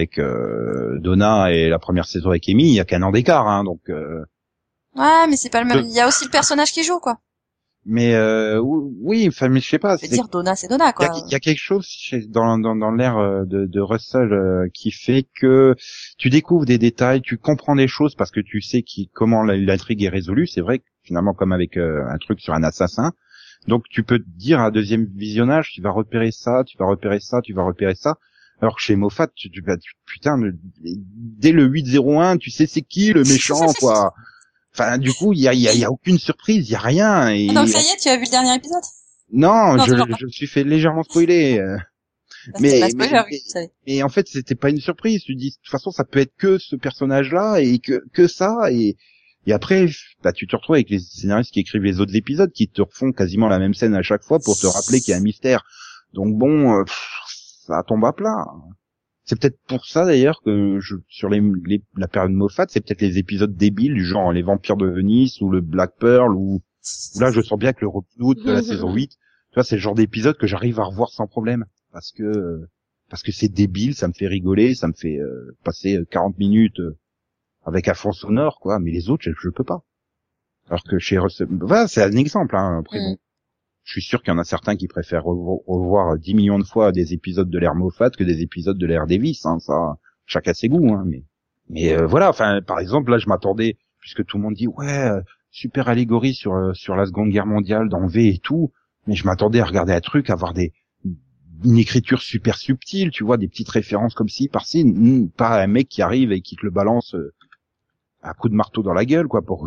Donna et la première saison avec Amy, il y a qu'un an d'écart, hein, donc.
Ouais, mais c'est pas le même. Il y a aussi le personnage qui joue, quoi.
Mais oui, enfin, mais je sais pas.
Je veux dire, Donna, c'est Donna, quoi.
Il y a quelque chose dans l'ère de Russell qui fait que tu découvres des détails, tu comprends des choses parce que tu sais comment l'intrigue est résolue. C'est vrai que finalement, comme avec un truc sur un assassin. Donc tu peux te dire à deuxième visionnage, tu vas repérer ça, tu vas repérer ça, tu vas repérer ça. Alors que chez Moffat, putain, dès le 801, tu sais c'est qui le méchant, quoi. Enfin, du coup, il y a aucune surprise, il y a rien. Et...
Donc ça y est, tu as vu le dernier épisode?
Non, je me suis fait légèrement spoiler. Mais en fait, c'était pas une surprise. Tu dis, de toute façon, ça peut être que ce personnage-là et que ça. Et après, tu te retrouves avec les scénaristes qui écrivent les autres épisodes, qui te refont quasiment la même scène à chaque fois pour te rappeler qu'il y a un mystère. Donc bon, ça tombe à plat. C'est peut-être pour ça d'ailleurs que sur la période Moffat, c'est peut-être les épisodes débiles du genre les Vampires de Venise ou le Black Pearl ou là je sens bien que le reboot de la saison 8, tu vois, c'est le genre d'épisode que j'arrive à revoir sans problème parce que c'est débile, ça me fait rigoler, ça me fait passer 40 minutes avec un fond sonore, quoi, mais les autres je peux pas. Alors que chez Russell, voilà, c'est un exemple, hein, après bon. Je suis sûr qu'il y en a certains qui préfèrent revoir 10 millions de fois des épisodes de l'ère Moffat que des épisodes de l'ère Davis, hein, ça, chacun ses goûts, hein, mais voilà, enfin, par exemple, là, je m'attendais, puisque tout le monde dit, ouais, super allégorie sur la Seconde Guerre mondiale dans V et tout, mais je m'attendais à regarder un truc, à voir une écriture super subtile, tu vois, des petites références comme ci, par-ci, pas un mec qui arrive et qui te le balance, un coup de marteau dans la gueule, quoi, pour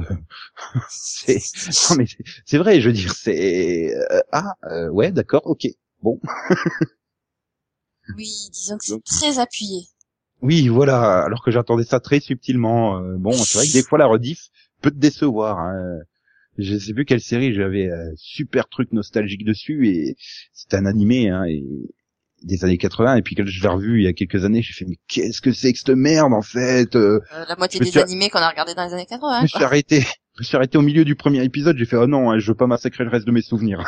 non mais c'est vrai, je veux dire, c'est ouais, d'accord, ok, bon.
Oui, disons que c'est très appuyé.
Oui, voilà, alors que j'attendais ça très subtilement. Bon, c'est vrai que des fois la rediff peut te décevoir, hein. Je sais plus quelle série j'avais super truc nostalgique dessus et c'était un animé, hein, et des années 80, et puis quand je l'ai revu il y a quelques années, j'ai fait mais qu'est-ce que c'est que cette merde en fait.
La moitié des animés qu'on a regardé dans les années 80.
Je me suis arrêté au milieu du premier épisode, j'ai fait oh non, hein, je veux pas massacrer le reste de mes souvenirs.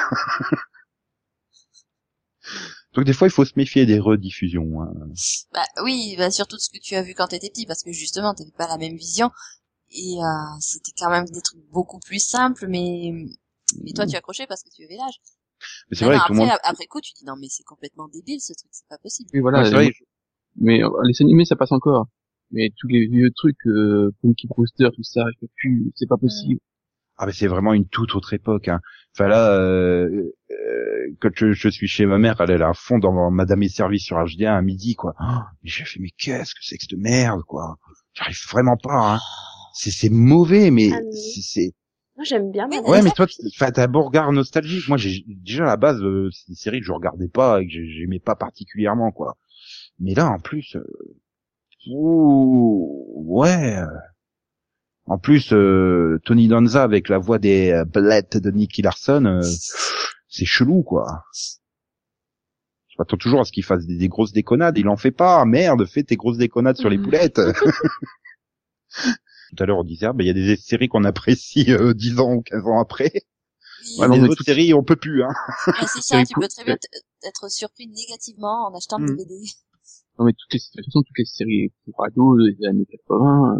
Donc des fois il faut se méfier des rediffusions. Hein.
Bah oui, surtout de ce que tu as vu quand t'étais petit, parce que justement t'avais pas la même vision. Et c'était quand même des trucs beaucoup plus simples, mais toi tu accrochais parce que tu avais l'âge.
Mais c'est vrai que tout le monde...
Après coup, tu dis non mais c'est complètement débile ce truc, c'est pas possible.
Oui, voilà.
Ouais, c'est vrai,
Mais les animés, ça passe encore. Mais tous les vieux trucs, Punky Brewster, tout ça, je peux plus, c'est pas possible.
Ah mais c'est vraiment une toute autre époque. Hein. Enfin là, quand je suis chez ma mère, elle est à fond dans Madame et Service sur HD1 à midi, quoi. Oh, mais j'ai fait mais qu'est-ce que c'est que cette merde, quoi. J'arrive vraiment pas. Hein. C'est mauvais, mais c'est.
Moi j'aime bien.
Ouais, mais toi, t'as un beau regard nostalgique. Moi, j'ai déjà à la base, c'est des séries que je regardais pas et que j'aimais pas particulièrement, quoi. Mais là, en plus, ouais. En plus, Tony Danza avec la voix des blettes de Nicky Larson, c'est chelou, quoi. Je m'attends toujours à ce qu'il fasse des grosses déconnades. Il en fait pas. Merde, fais tes grosses déconnades sur les poulettes. Tout à l'heure, on disait, il y a des séries qu'on apprécie 10 ans ou 15 ans après.
Oui,
Ouais, mais les autres séries, on peut plus, hein.
Ouais, c'est ça, tu peux très bien être surpris négativement en achetant le DVD.
Non, mais de toute façon, toutes les séries pour ados des années 80,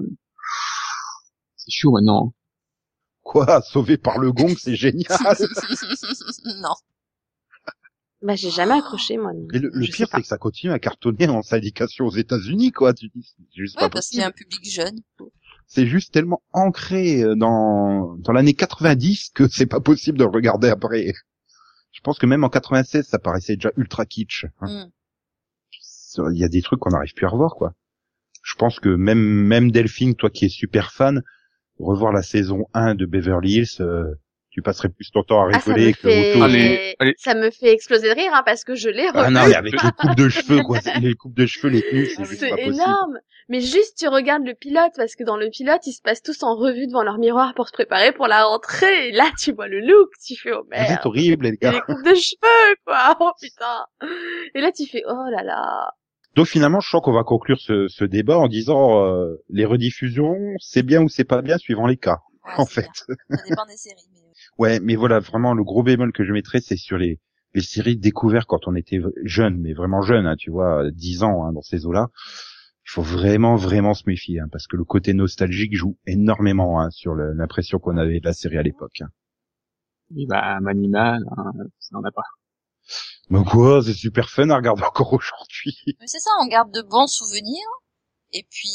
c'est chaud maintenant.
Quoi, Sauvé par le gong, c'est génial.
Non.
Bah, j'ai jamais accroché, moi. Non.
Et le pire, c'est que ça continue à cartonner en syndication aux États-Unis, quoi. Tu dis, c'est juste pas
parce qu'il y a un public jeune.
C'est juste tellement ancré dans l'année 90 que c'est pas possible de le regarder après. Je pense que même en 96, ça paraissait déjà ultra kitsch. Hein. Il y a des trucs qu'on n'arrive plus à revoir, quoi. Je pense que même Delphine, toi qui es super fan, revoir la saison 1 de Beverly Hills, tu passerais plus ton temps à rigoler que auto.
Allez.
Ça me fait exploser de rire, hein, parce que je l'ai revu.
Ah non, mais avec les coupes de cheveux, quoi. Les coupes de cheveux, les tenues, c'est juste pas possible.
C'est énorme. Mais juste, tu regardes le pilote, parce que dans le pilote, ils se passent tous en revue devant leur miroir pour se préparer pour la rentrée. Et là, tu vois le look, tu fais, oh merde.
Vous êtes horrible, les
Et
gars.
les coupes de cheveux, quoi. Oh putain. Et là, tu fais, oh là là.
Donc finalement, je sens qu'on va conclure ce débat en disant les rediffusions, c'est bien ou c'est pas bien suivant les cas,
Ouais,
en fait.
Bien. Ça dépend des séries. Mais...
Ouais, mais voilà, vraiment, le gros bémol que je mettrais, c'est sur les séries découvertes quand on était jeune, mais vraiment jeune, hein, tu vois, 10 ans, hein, dans ces eaux-là. Il faut vraiment se méfier, hein, parce que le côté nostalgique joue énormément, hein, sur l'impression qu'on avait de la série à l'époque. Hein.
Oui, bah, Manimal, hein, ça n'en a pas.
Mais quoi, c'est super fun à regarder encore aujourd'hui.
Mais c'est ça, on garde de bons souvenirs, et puis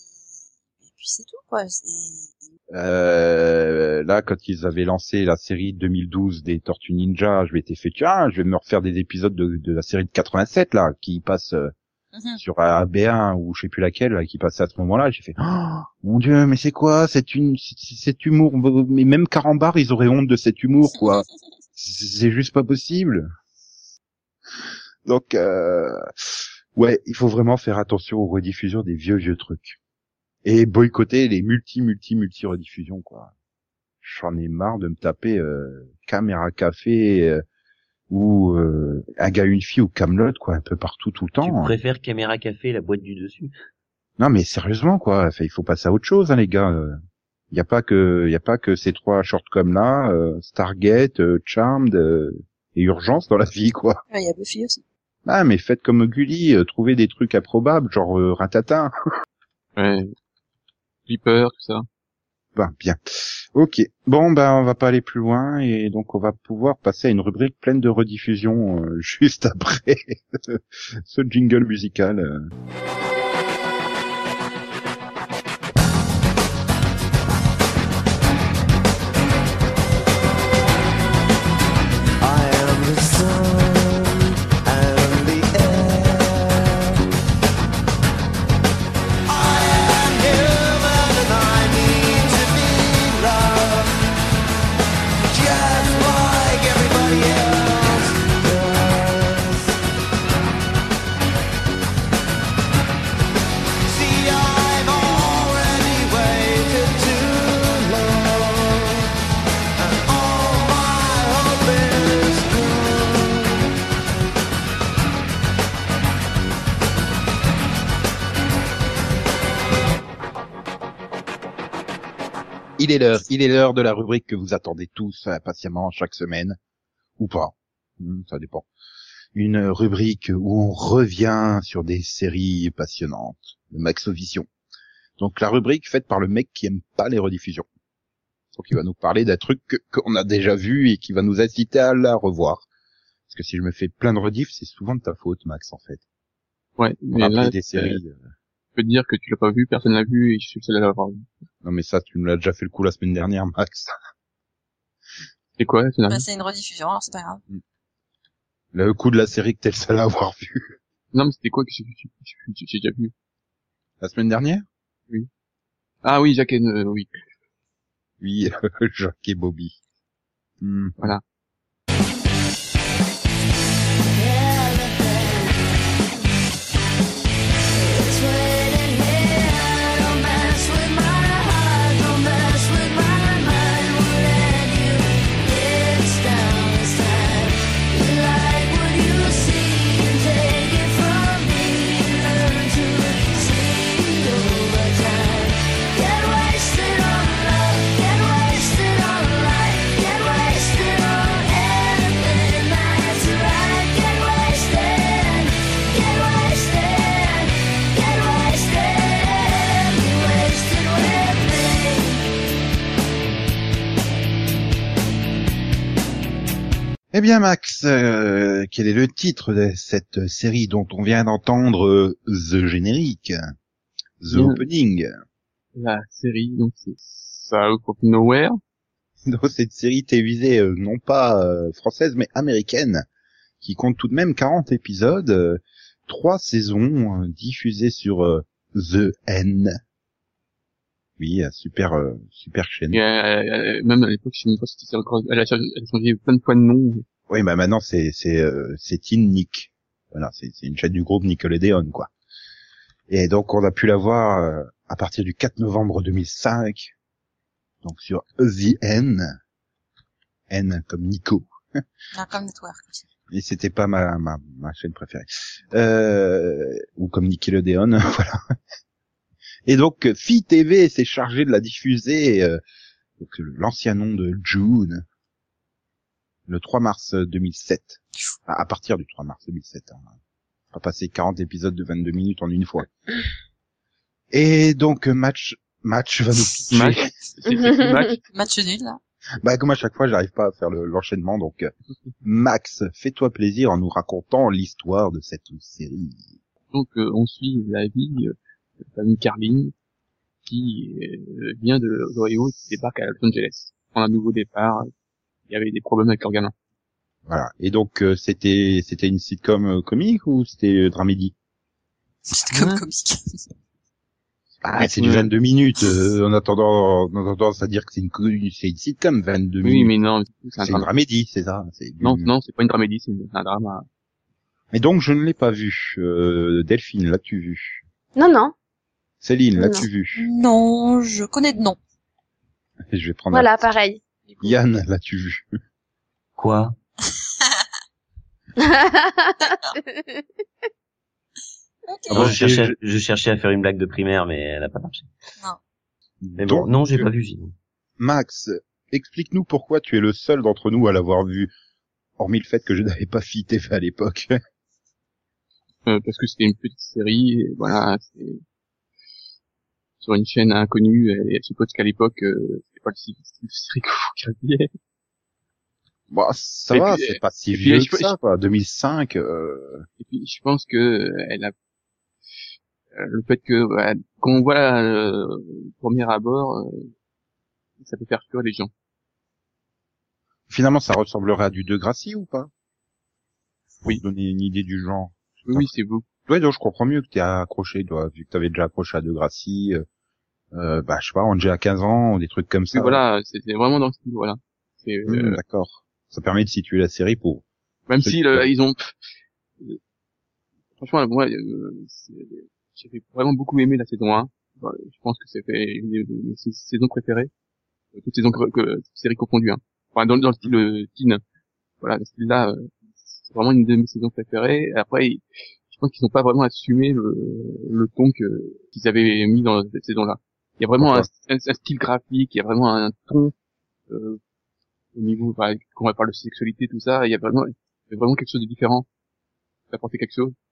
c'est tout, quoi.
Là, quand ils avaient lancé la série 2012 des Tortues Ninja, je m'étais fait, tiens, je vais me refaire des épisodes de la série de 87, là, qui passe sur AB1 ou je sais plus laquelle, là, qui passait à ce moment-là. J'ai fait, oh, mon Dieu, mais c'est quoi cet humour? Mais même Carambar, ils auraient honte de cet humour, quoi. C'est juste pas possible. Donc, ouais, il faut vraiment faire attention aux rediffusions des vieux trucs. Et boycotter les multi rediffusions, quoi. J'en ai marre de me taper Caméra Café ou Un gars une fille ou Kaamelott, quoi, un peu partout tout le temps.
Tu préfères Caméra Café, la boîte du dessus?
Non mais sérieusement, quoi, il faut passer à autre chose, hein, les gars. Y a pas que ces trois shortcoms là, Stargate, Charmed et Urgence dans la vie, quoi.
Il y a Buffy aussi.
Ah mais faites comme Gulli, trouvez des trucs improbables, genre Ratatin.
Ouais. Flipper, tout ça.
Ben, bien. Ok. Bon, ben, on va pas aller plus loin et donc on va pouvoir passer à une rubrique pleine de rediffusions juste après ce jingle musical. Il est l'heure de la rubrique que vous attendez tous impatiemment chaque semaine, ou pas, ça dépend. Une rubrique où on revient sur des séries passionnantes, de Maxovision. Donc la rubrique faite par le mec qui aime pas les rediffusions. Donc il va nous parler d'un truc qu'on a déjà vu et qui va nous inciter à la revoir. Parce que si je me fais plein de rediffs, c'est souvent de ta faute, Max, en fait.
Ouais, mais là,
des séries.
je peux te dire que tu l'as pas vu, personne l'a vu et je suis le seul à l'avoir vu.
Non mais ça, tu me l'as déjà fait le coup la semaine dernière, Max.
C'est quoi, finalement?
Bah, c'est une rediffusion, alors c'est pas grave.
Le coup de la série que t'es le seul à avoir vu.
Non, mais c'était quoi que j'ai déjà vu?
La semaine dernière?
Oui. Ah oui, Jack and, oui.
Oui, Jacques et Bobby.
Voilà.
Eh bien Max, quel est le titre de cette série dont on vient d'entendre The générique, The Opening?
La série, donc c'est Out of Nowhere.
Donc c'est une série télévisée non pas française mais américaine, qui compte tout de même 40 épisodes, 3 saisons diffusées sur The N. Oui, super chaîne.
Et, même à l'époque, je sais même pas si c'était encore, elle a changé plein de fois de nom.
Oui, bah maintenant c'est Teen Nick. Voilà, c'est une chaîne du groupe Nickelodeon, quoi. Et donc on a pu la voir à partir du 4 novembre 2005, donc sur The N, N comme Nico.
Comme Network.
Et c'était pas ma chaîne préférée. Ou comme Nickelodeon, voilà. Et donc, Fi TV s'est chargé de la diffuser, donc l'ancien nom de June, le 3 mars 2007. À partir du 3 mars 2007. Hein. On va passer 40 épisodes de 22 minutes en une fois. Et donc, match va nous pitcher.
Match nul, là.
Bah, comme à chaque fois, j'arrive pas à faire l'enchaînement, donc, Max, fais-toi plaisir en nous racontant l'histoire de cette série.
Donc, on suit la vie de la famille Carlin, qui vient de l'Ohio et qui débarque à Los Angeles. Pour un nouveau départ, il y avait des problèmes avec leur gamin.
Voilà. Et donc, c'était une sitcom comique ou c'était dramédie?
Sitcom comique.
Ah, c'est du 22 minutes. En attendant, à dire que c'est une sitcom, 22 minutes.
Oui, mais non,
c'est une dramédie, c'est ça.
Non, c'est pas une dramédie, c'est un drama.
Et donc, je ne l'ai pas vu. Delphine, l'as-tu vu?
Non.
Céline, l'as-tu vu?
Non, je connais de nom.
Et je vais prendre
voilà, pareil.
Yann, l'as-tu vu?
Quoi?
Okay.
Non, je cherchais à faire une blague de primaire, mais elle a pas marché.
Non.
Mais bon, non, j'ai pas vu, sinon.
Max, explique-nous pourquoi tu es le seul d'entre nous à l'avoir vu, hormis le fait que je n'avais pas fité à l'époque.
Parce que c'était une petite série, et voilà, c'est sur une chaîne inconnue, et je suppose qu'à l'époque, c'était pas le style de série que vous regardiez.
Bon, ça va, c'est pas si vieux que ça, quoi, 2005,
Et puis, je pense que elle a le fait que quand on voit le premier abord, ça peut faire fuir les gens.
Finalement, ça ressemblerait à du Degrassi ou pas?
Oui.
Pour donner une idée du genre.
Oui, c'est beau.
Ouais, donc je comprends mieux que t'es accroché, toi, vu que t'avais déjà accroché à Degrassi, je sais pas, Angé à 15 ans, ou des trucs comme ça.
Oui, voilà, c'était vraiment dans le style, voilà. C'est,
d'accord. Ça permet de situer la série pour...
Même si ils ont... Franchement, moi, j'ai vraiment beaucoup aimé la saison 1. Je pense que c'était une de mes saisons préférées. Toutes saisons séries confondues. Hein. Enfin, dans le style teen. Voilà, le style là, c'est vraiment une de mes saisons préférées. Après, je pense qu'ils n'ont pas vraiment assumé le ton qu'ils avaient mis dans cette saison-là. Il y a vraiment un style graphique, il y a vraiment un ton au niveau, quand on va parler de sexualité, tout ça, il y a vraiment quelque chose de différent. Ça apportait quelque chose.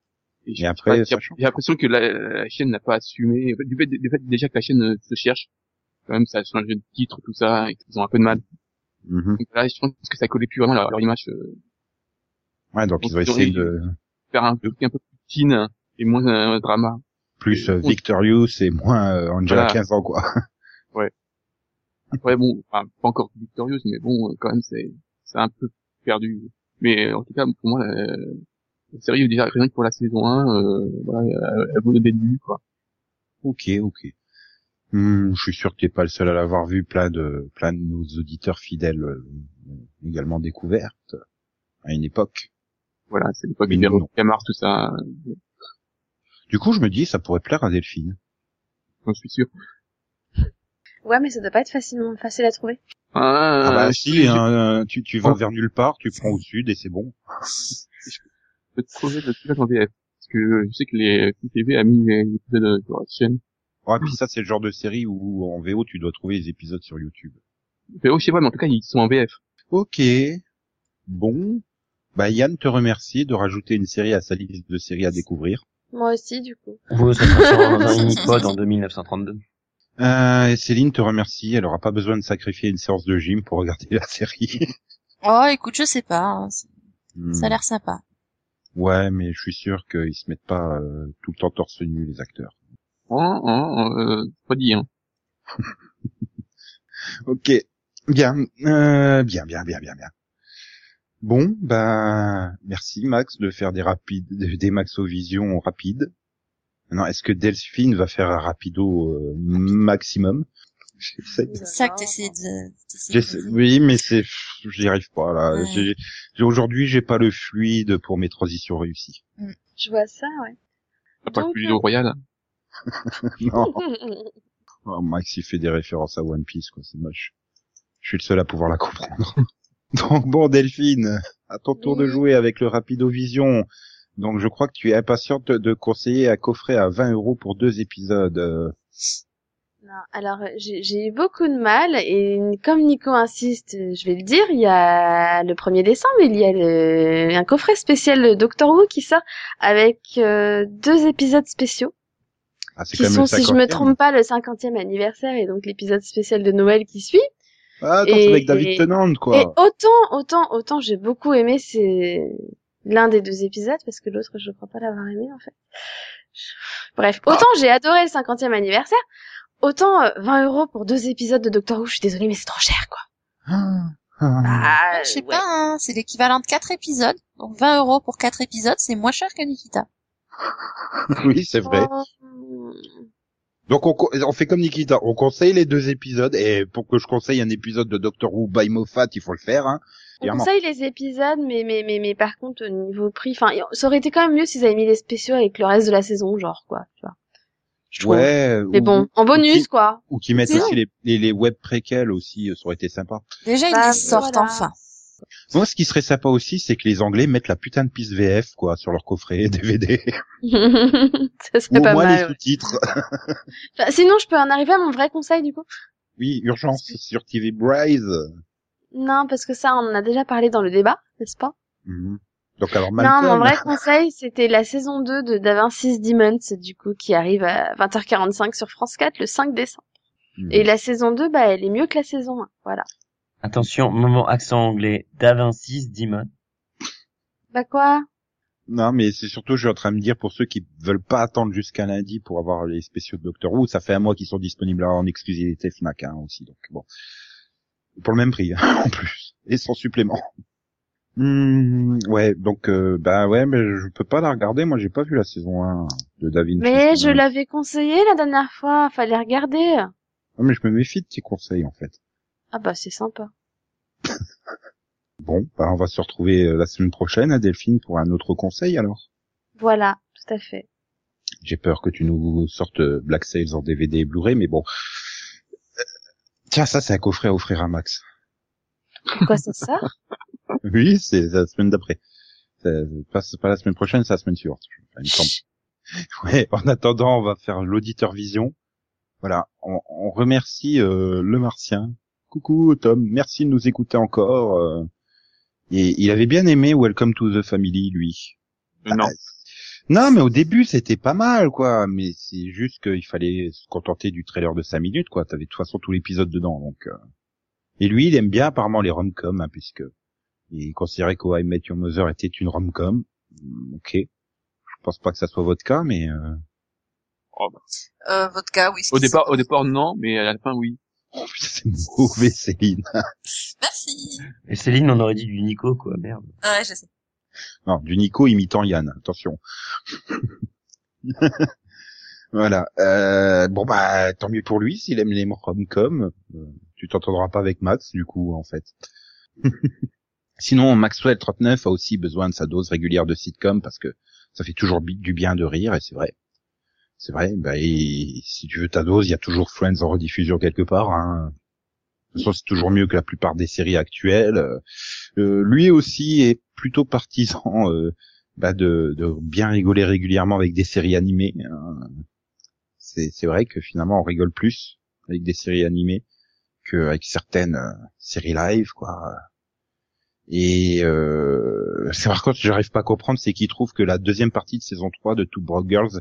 Et après,
j'ai l'impression que la chaîne n'a pas assumé, du fait déjà que la chaîne se cherche, quand même, ça a changé de titre, tout ça, et qu'ils ont un peu de mal.
Mhm.
Donc là, je pense que ça collait plus vraiment leur image.
Ouais, donc ils ont essayé de
faire un truc un peu plus teen et moins drama.
plus
Et,
Victorious et moins Angela
voilà.
15 ans, quoi.
Ouais. Après, bon, enfin, pas encore victorieuse, mais bon, quand même, c'est un peu perdu. Mais en tout cas, pour moi, la série, déjà, rien que pour la saison 1, voilà, elle vaut le début, quoi.
Ok. Je suis sûr que t'es pas le seul à l'avoir vu. Plein de nos auditeurs fidèles l'ont également découverte à une époque.
Voilà, c'est l'époque
Mais
des
non.
Camars, tout ça.
Du coup, je me dis, ça pourrait plaire à Delphine.
J'en suis sûr.
Ouais, mais ça doit pas être facile à trouver.
Ah bah si, hein, tu vas
Oh.
vers nulle part, tu prends au sud et c'est bon.
Je peux te trouver le pilote en VF. Parce que je sais que les TV a mis les épisodes sur la chaîne.
Ouais, puis ça, c'est le genre de série où en VO, tu dois trouver les épisodes sur YouTube.
Oh, je sais pas, mais en tout cas, ils sont en VF.
Ok. Bon. Bah, Yann te remercie de rajouter une série à sa liste de séries à découvrir.
Moi aussi, du coup.
Ouais, ça sera sur un mini-pod en 2932.
Et Céline te remercie. Elle aura pas besoin de sacrifier une séance de gym pour regarder la série.
Oh, écoute, je sais pas. Hein.
Hmm.
Ça a l'air sympa.
Ouais, mais je suis sûr qu'ils se mettent pas tout le temps torse nu, les acteurs.
Pas dit, hein.
Ok. Bien. Bien. Bon, ben, merci Max de faire des Maxovision rapides. Maintenant, est-ce que Delphine va faire un rapido maximum?
C'est ça que t'essayes de...
Oui, mais j'y arrive pas là.
Ouais.
Aujourd'hui, j'ai pas le fluide pour mes transitions réussies.
Je vois ça, ouais.
T'as pas
Donc,
le Ludo Royal.
Non. Oh, Max, il fait des références à One Piece, quoi. C'est moche. Je suis le seul à pouvoir la comprendre. Donc bon, Delphine, à ton tour de
Oui.
jouer avec le Rapido Vision. Donc je crois que tu es impatiente de conseiller un coffret à 20 € pour 2 épisodes.
Non, alors j'ai eu beaucoup de mal et comme Nico insiste, je vais le dire, il y a le 1er décembre, il y a un coffret spécial Doctor Who qui sort avec 2 épisodes spéciaux
Ah, c'est
qui
quand même
sont,
le
si je me
50e.
trompe pas, le 50e anniversaire et donc l'épisode spécial de Noël qui suit.
Ah, attends,
Et-
c'est avec David
et-
Tennant,
Et
quoi.
autant j'ai beaucoup aimé l'un des 2 épisodes parce que l'autre je crois pas l'avoir aimé en fait. Bref, autant j'ai adoré le 50e anniversaire, autant 20 € pour 2 épisodes de Doctor Who, je suis désolée mais c'est trop cher quoi. Ah,
Je sais
ouais.
pas, hein, c'est l'équivalent de 4 épisodes. Donc 20 € pour 4 épisodes, c'est moins cher que Nikita.
Oui, c'est vrai. Donc on fait comme Nikita, on conseille les 2 épisodes, et pour que je conseille un épisode de Doctor Who by Moffat, il faut le faire, hein.
On
Clairement.
conseille les épisodes, mais par contre, au niveau prix, enfin, ça aurait été quand même mieux s'ils avaient mis les spéciaux avec le reste de la saison, genre, quoi, tu vois. Je trouve.
Ouais.
Mais bon, en bonus, quoi.
Ou qui mettent
Non.
aussi les web préquels aussi, ça aurait été sympa.
Déjà, ils
Bah,
les sortent
voilà.
enfin.
Moi, ce qui serait sympa aussi, c'est que les Anglais mettent la putain de piste VF, quoi, sur leur coffret DVD.
Ça
Ou
serait
au
pas
moins
mal.
les
Ouais.
sous-titres.
Enfin, sinon, je peux en arriver à mon vrai conseil, du coup.
Oui, Urgence sur TV Brise.
Non, parce que ça, on en a déjà parlé dans le débat, n'est-ce pas?
Mhm. Donc alors
Non,
Malcolm.
mon vrai conseil, c'était la saison 2 de d'Avincis Demons, du coup, qui arrive à 20h45 sur France 4 le 5 décembre.
Mhm.
Et la saison 2, bah, elle est mieux que la saison 1, voilà.
Attention, moment accent anglais. D'Avincis Demon.
Bah quoi?
Non, mais c'est surtout, je suis en train de me dire, pour ceux qui veulent pas attendre jusqu'à lundi pour avoir les spéciaux de Doctor Who, ça fait un mois qu'ils sont disponibles en exclusivité Fnac, hein, aussi, donc bon. Pour le même prix, hein, en plus. Et sans supplément. Ouais, donc, bah ouais, mais je peux pas la regarder, moi j'ai pas vu la saison 1 de Da Vinci.
Mais je l'avais conseillé la dernière fois, fallait regarder.
Non, mais je me méfie de tes conseils, en fait.
Ah bah c'est sympa.
Bon, bah on va se retrouver la semaine prochaine, à Delphine, pour un autre conseil, alors.
Voilà, tout à fait.
J'ai peur que tu nous sortes Black Sails en DVD et Blu-ray, mais bon. Tiens, ça c'est un coffret à offrir à Max.
Pourquoi ça sort?
Oui, c'est la semaine d'après. C'est pas la semaine prochaine, c'est la semaine suivante. Enfin, il me semble. Ouais, en attendant, on va faire l'auditeur vision. Voilà, on remercie le Martien. Coucou Tom, merci de nous écouter encore. Et il avait bien aimé Welcome to the Family, lui.
Non.
Non, mais au début, c'était pas mal, quoi. Mais c'est juste qu'il fallait se contenter du trailer de 5 minutes, quoi. T'avais de toute façon tout l'épisode dedans, donc. Et lui, il aime bien apparemment les rom-coms, hein, puisque il considérait qu'How I Met Your Mother était une rom-com. Ok. Je pense pas que ça soit votre cas, mais.
Oh, bah.
Vodka, oui.
Au départ, non, mais à la fin, oui.
Oh, putain, c'est mauvais, Céline.
Merci.
Et Céline, on aurait dit du Nico, quoi, merde.
Ouais, je sais.
Non, du Nico imitant Yann, attention. Voilà. Bon bah tant mieux pour lui s'il aime les rom-coms. Tu t'entendras pas avec Max du coup en fait. Sinon Maxwell 39 a aussi besoin de sa dose régulière de sitcom parce que ça fait toujours du bien de rire et c'est vrai. C'est vrai. Bah et si tu veux ta dose, il y a toujours Friends en rediffusion quelque part. Hein. De toute façon, c'est toujours mieux que la plupart des séries actuelles. Lui aussi est plutôt partisan de bien rigoler régulièrement avec des séries animées. C'est vrai que finalement on rigole plus avec des séries animées qu'avec certaines séries live, quoi. Et c'est par contre j'arrive pas à comprendre, c'est qu'il trouve que la deuxième partie de saison 3 de Two Broke Girls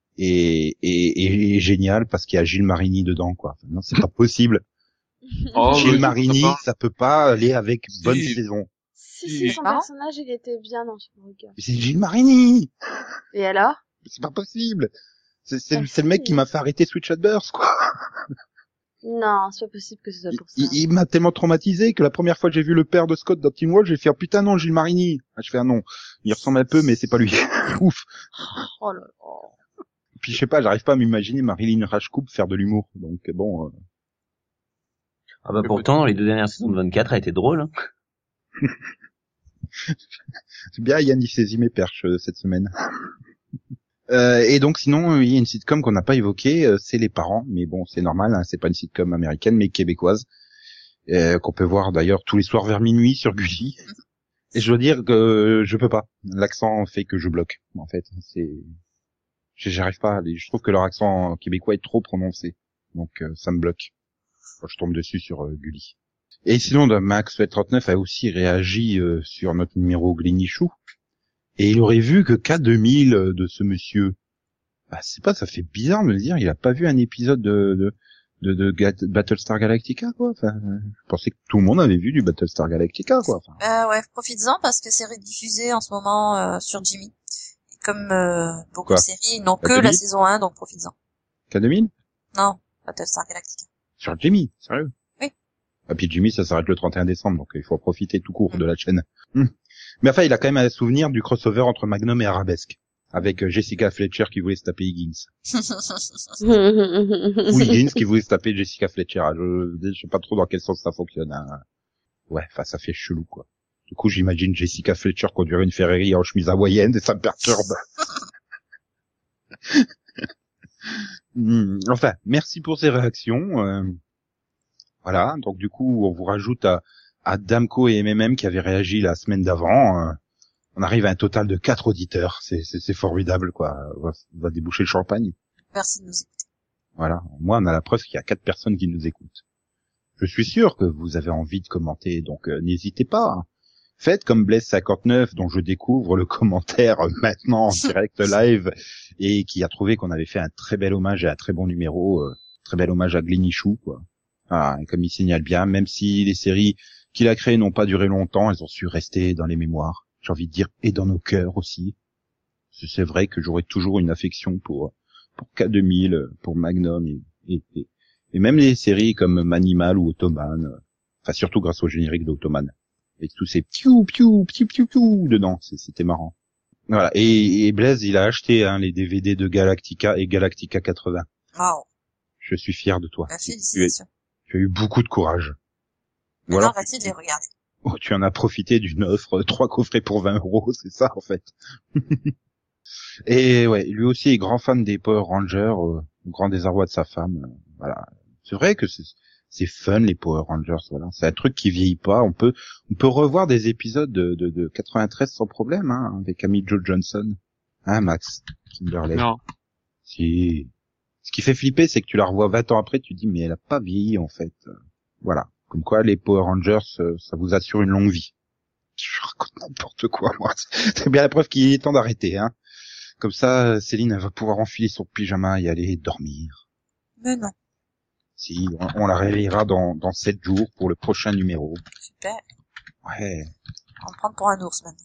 est géniale parce qu'il y a Gilles Marini dedans, quoi. Enfin, non, c'est pas possible.
Oh,
Gilles Marini,
pas.
ça peut pas aller avec
Si.
bonne saison.
Si, son
Pardon
personnage, il était bien dans ce regard.
Mais c'est Gilles Marini.
Et alors?
C'est pas possible. C'est
Ah,
le mec
si.
qui m'a fait arrêter Switch at Burst, quoi.
Non, c'est pas possible que ce soit pour ça.
Il m'a tellement traumatisé que la première fois que j'ai vu le père de Scott dans Teen Wolf, j'ai fait, oh putain non, Gilles Marini. Ah, je fais, ah non, il ressemble un peu, mais c'est pas lui. Ouf.
Oh là là.
Puis je sais pas, j'arrive pas à m'imaginer Marilyn Rajkub faire de l'humour. Donc bon,
Ah bah pourtant, les 2 dernières saisons de 24 a été drôle, hein.
c'est bien, Yann il saisit mes perches cette semaine. Et donc sinon, il y a une sitcom qu'on n'a pas évoquée, c'est Les Parents, mais bon, c'est normal, hein, c'est pas une sitcom américaine, mais québécoise, qu'on peut voir d'ailleurs tous les soirs vers minuit sur Gulli. Et je dois dire que je peux pas. L'accent fait que je bloque, en fait. J'arrive pas. Je trouve que leur accent québécois est trop prononcé, donc ça me bloque quand je tombe dessus sur Gulli. Et sinon, Max 39 a aussi réagi sur notre numéro Glinichou. Et il aurait vu que K2000 de ce monsieur. Bah, c'est pas, ça fait bizarre de me dire, il a pas vu un épisode de Battlestar Galactica, quoi. Enfin, je pensais que tout le monde avait vu du Battlestar Galactica, quoi. Enfin,
Ouais, profites-en parce que c'est rediffusé en ce moment sur Jimmy. Et comme beaucoup
Quoi
de séries, ils n'ont que
Battle
la
Beat
saison 1, donc profites-en.
K2000?
Non, Battlestar Galactica.
Sur Jimmy, sérieux?
Oui.
Et puis Jimmy, ça s'arrête le 31 décembre, donc il faut en profiter tout court de la chaîne. Mais enfin, il a quand même un souvenir du crossover entre Magnum et Arabesque, avec Jessica Fletcher qui voulait se taper Higgins. Ou Higgins qui voulait se taper Jessica Fletcher. Je sais pas trop dans quel sens ça fonctionne. Hein. Ouais, enfin, ça fait chelou, quoi. Du coup, j'imagine Jessica Fletcher conduire une Ferrari en chemise hawaïenne et ça me perturbe. Enfin, merci pour ces réactions. Voilà, donc du coup, on vous rajoute à Damco et MMM qui avaient réagi la semaine d'avant. On arrive à un total de 4 auditeurs. C'est formidable, quoi. On va déboucher le champagne.
Merci de nous écouter.
Voilà. Moi, on a la preuve qu'il y a 4 personnes qui nous écoutent. Je suis sûr que vous avez envie de commenter, donc n'hésitez pas. Hein. Faites comme Blaise59, dont je découvre le commentaire maintenant en direct live, et qui a trouvé qu'on avait fait un très bel hommage et un très bon numéro, très bel hommage à Glinichou, quoi. Ah, et comme il signale bien, même si les séries qu'il a créées n'ont pas duré longtemps, elles ont su rester dans les mémoires. J'ai envie de dire, et dans nos cœurs aussi. C'est vrai que j'aurai toujours une affection pour K2000, pour Magnum, et même les séries comme Manimal ou Ottoman, enfin surtout grâce au générique d'Ottoman. Avec tous ces piou piou piou piou piou dedans, c'était marrant. Voilà, et Blaise, il a acheté les DVD de Galactica et Galactica 80.
Wow.
Je suis fier de toi.
Félicitations.
Tu as eu beaucoup de courage.
Maintenant, vas-y de les regarder.
Oh, tu en as profité d'une offre, 3 coffrets pour 20 €, c'est ça en fait. Et ouais, lui aussi est grand fan des Power Rangers, au grand désarroi de sa femme. Voilà, c'est vrai que c'est fun les Power Rangers. Voilà, c'est un truc qui vieillit pas. On peut revoir des épisodes de 93 sans problème, hein, avec Amy Jo Johnson, hein, Max Kimberley.
Non.
Si. Ce qui fait flipper, c'est que tu la revois 20 ans après, tu te dis mais elle a pas vieilli en fait. Voilà. Comme quoi, les Power Rangers, ça vous assure une longue vie. Je raconte n'importe quoi, moi. C'est bien la preuve qu'il est temps d'arrêter, hein. Comme ça, Céline, elle va pouvoir enfiler son pyjama et aller dormir.
Mais non.
Si, on la réveillera dans 7 jours pour le prochain numéro.
Super.
Ouais.
On va me prendre pour un ours maintenant.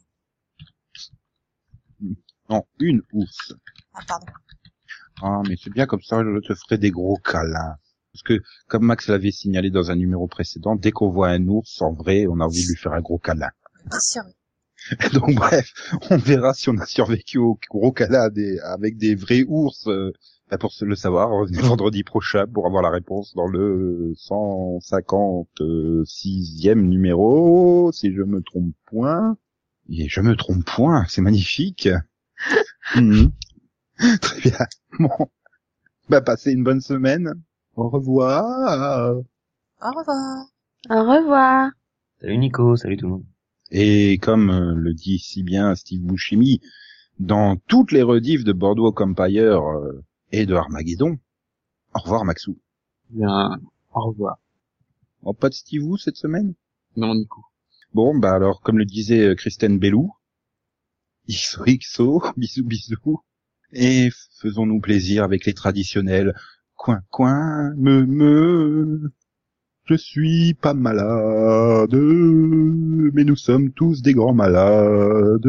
Non, une ours.
Ah, pardon.
Ah, mais c'est bien comme ça, je te ferai des gros câlins. Parce que, comme Max l'avait signalé dans un numéro précédent, dès qu'on voit un ours, en vrai, on a envie de lui faire un gros câlin.
Bien sûr.
Donc bref, on verra si on a survécu au gros câlin avec des vrais ours. Pour le savoir, revenez vendredi prochain pour avoir la réponse dans le 156e numéro, si je me trompe point. Et je me trompe point, c'est magnifique. Très bien. Bon, passez une bonne semaine. Au revoir.
Au revoir.
Au revoir.
Salut Nico, salut tout le monde.
Et comme le dit si bien Steve Buscemi, dans toutes les rediffs de Boardwalk Empire et de Armageddon, au revoir Maxou.
Bien, au revoir.
Oh, pas de Steve Wu cette semaine?
Non, Nico.
Bon, alors, comme le disait Kristen Bellou, XOXO, bisous bisous, et faisons-nous plaisir avec les traditionnels coin coin, je suis pas malade, mais nous sommes tous des grands malades.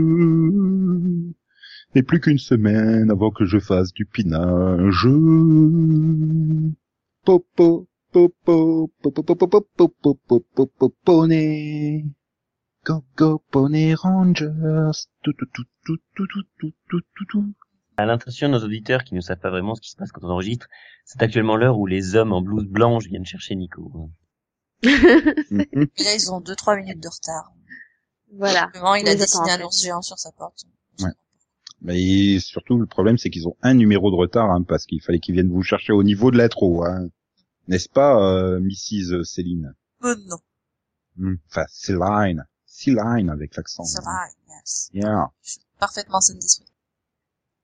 Mais plus qu'une semaine avant que je fasse du pinage. Popo, popo, popo, popo, popo, popo, popo, poney. Go, go, poney rangers. Tout, tout, tout, tout, tout, tout, tout, tout, tout, tout.
À l'intention de nos auditeurs qui ne savent pas vraiment ce qui se passe quand on enregistre, c'est actuellement l'heure où les hommes en blouse blanche viennent chercher Nico.
Et là, ils ont 2-3 minutes de retard.
Voilà.
Vraiment, il a
Les
dessiné
attends,
un ours géant sur sa porte.
Ouais. Mais surtout, le problème, c'est qu'ils ont un numéro de retard, hein, parce qu'il fallait qu'ils viennent vous chercher au niveau de l'intro, hein. N'est-ce pas, Mrs. Céline?
Non.
Enfin, Céline avec l'accent.
C'est vrai, yes.
Yeah.
Je suis parfaitement satisfait.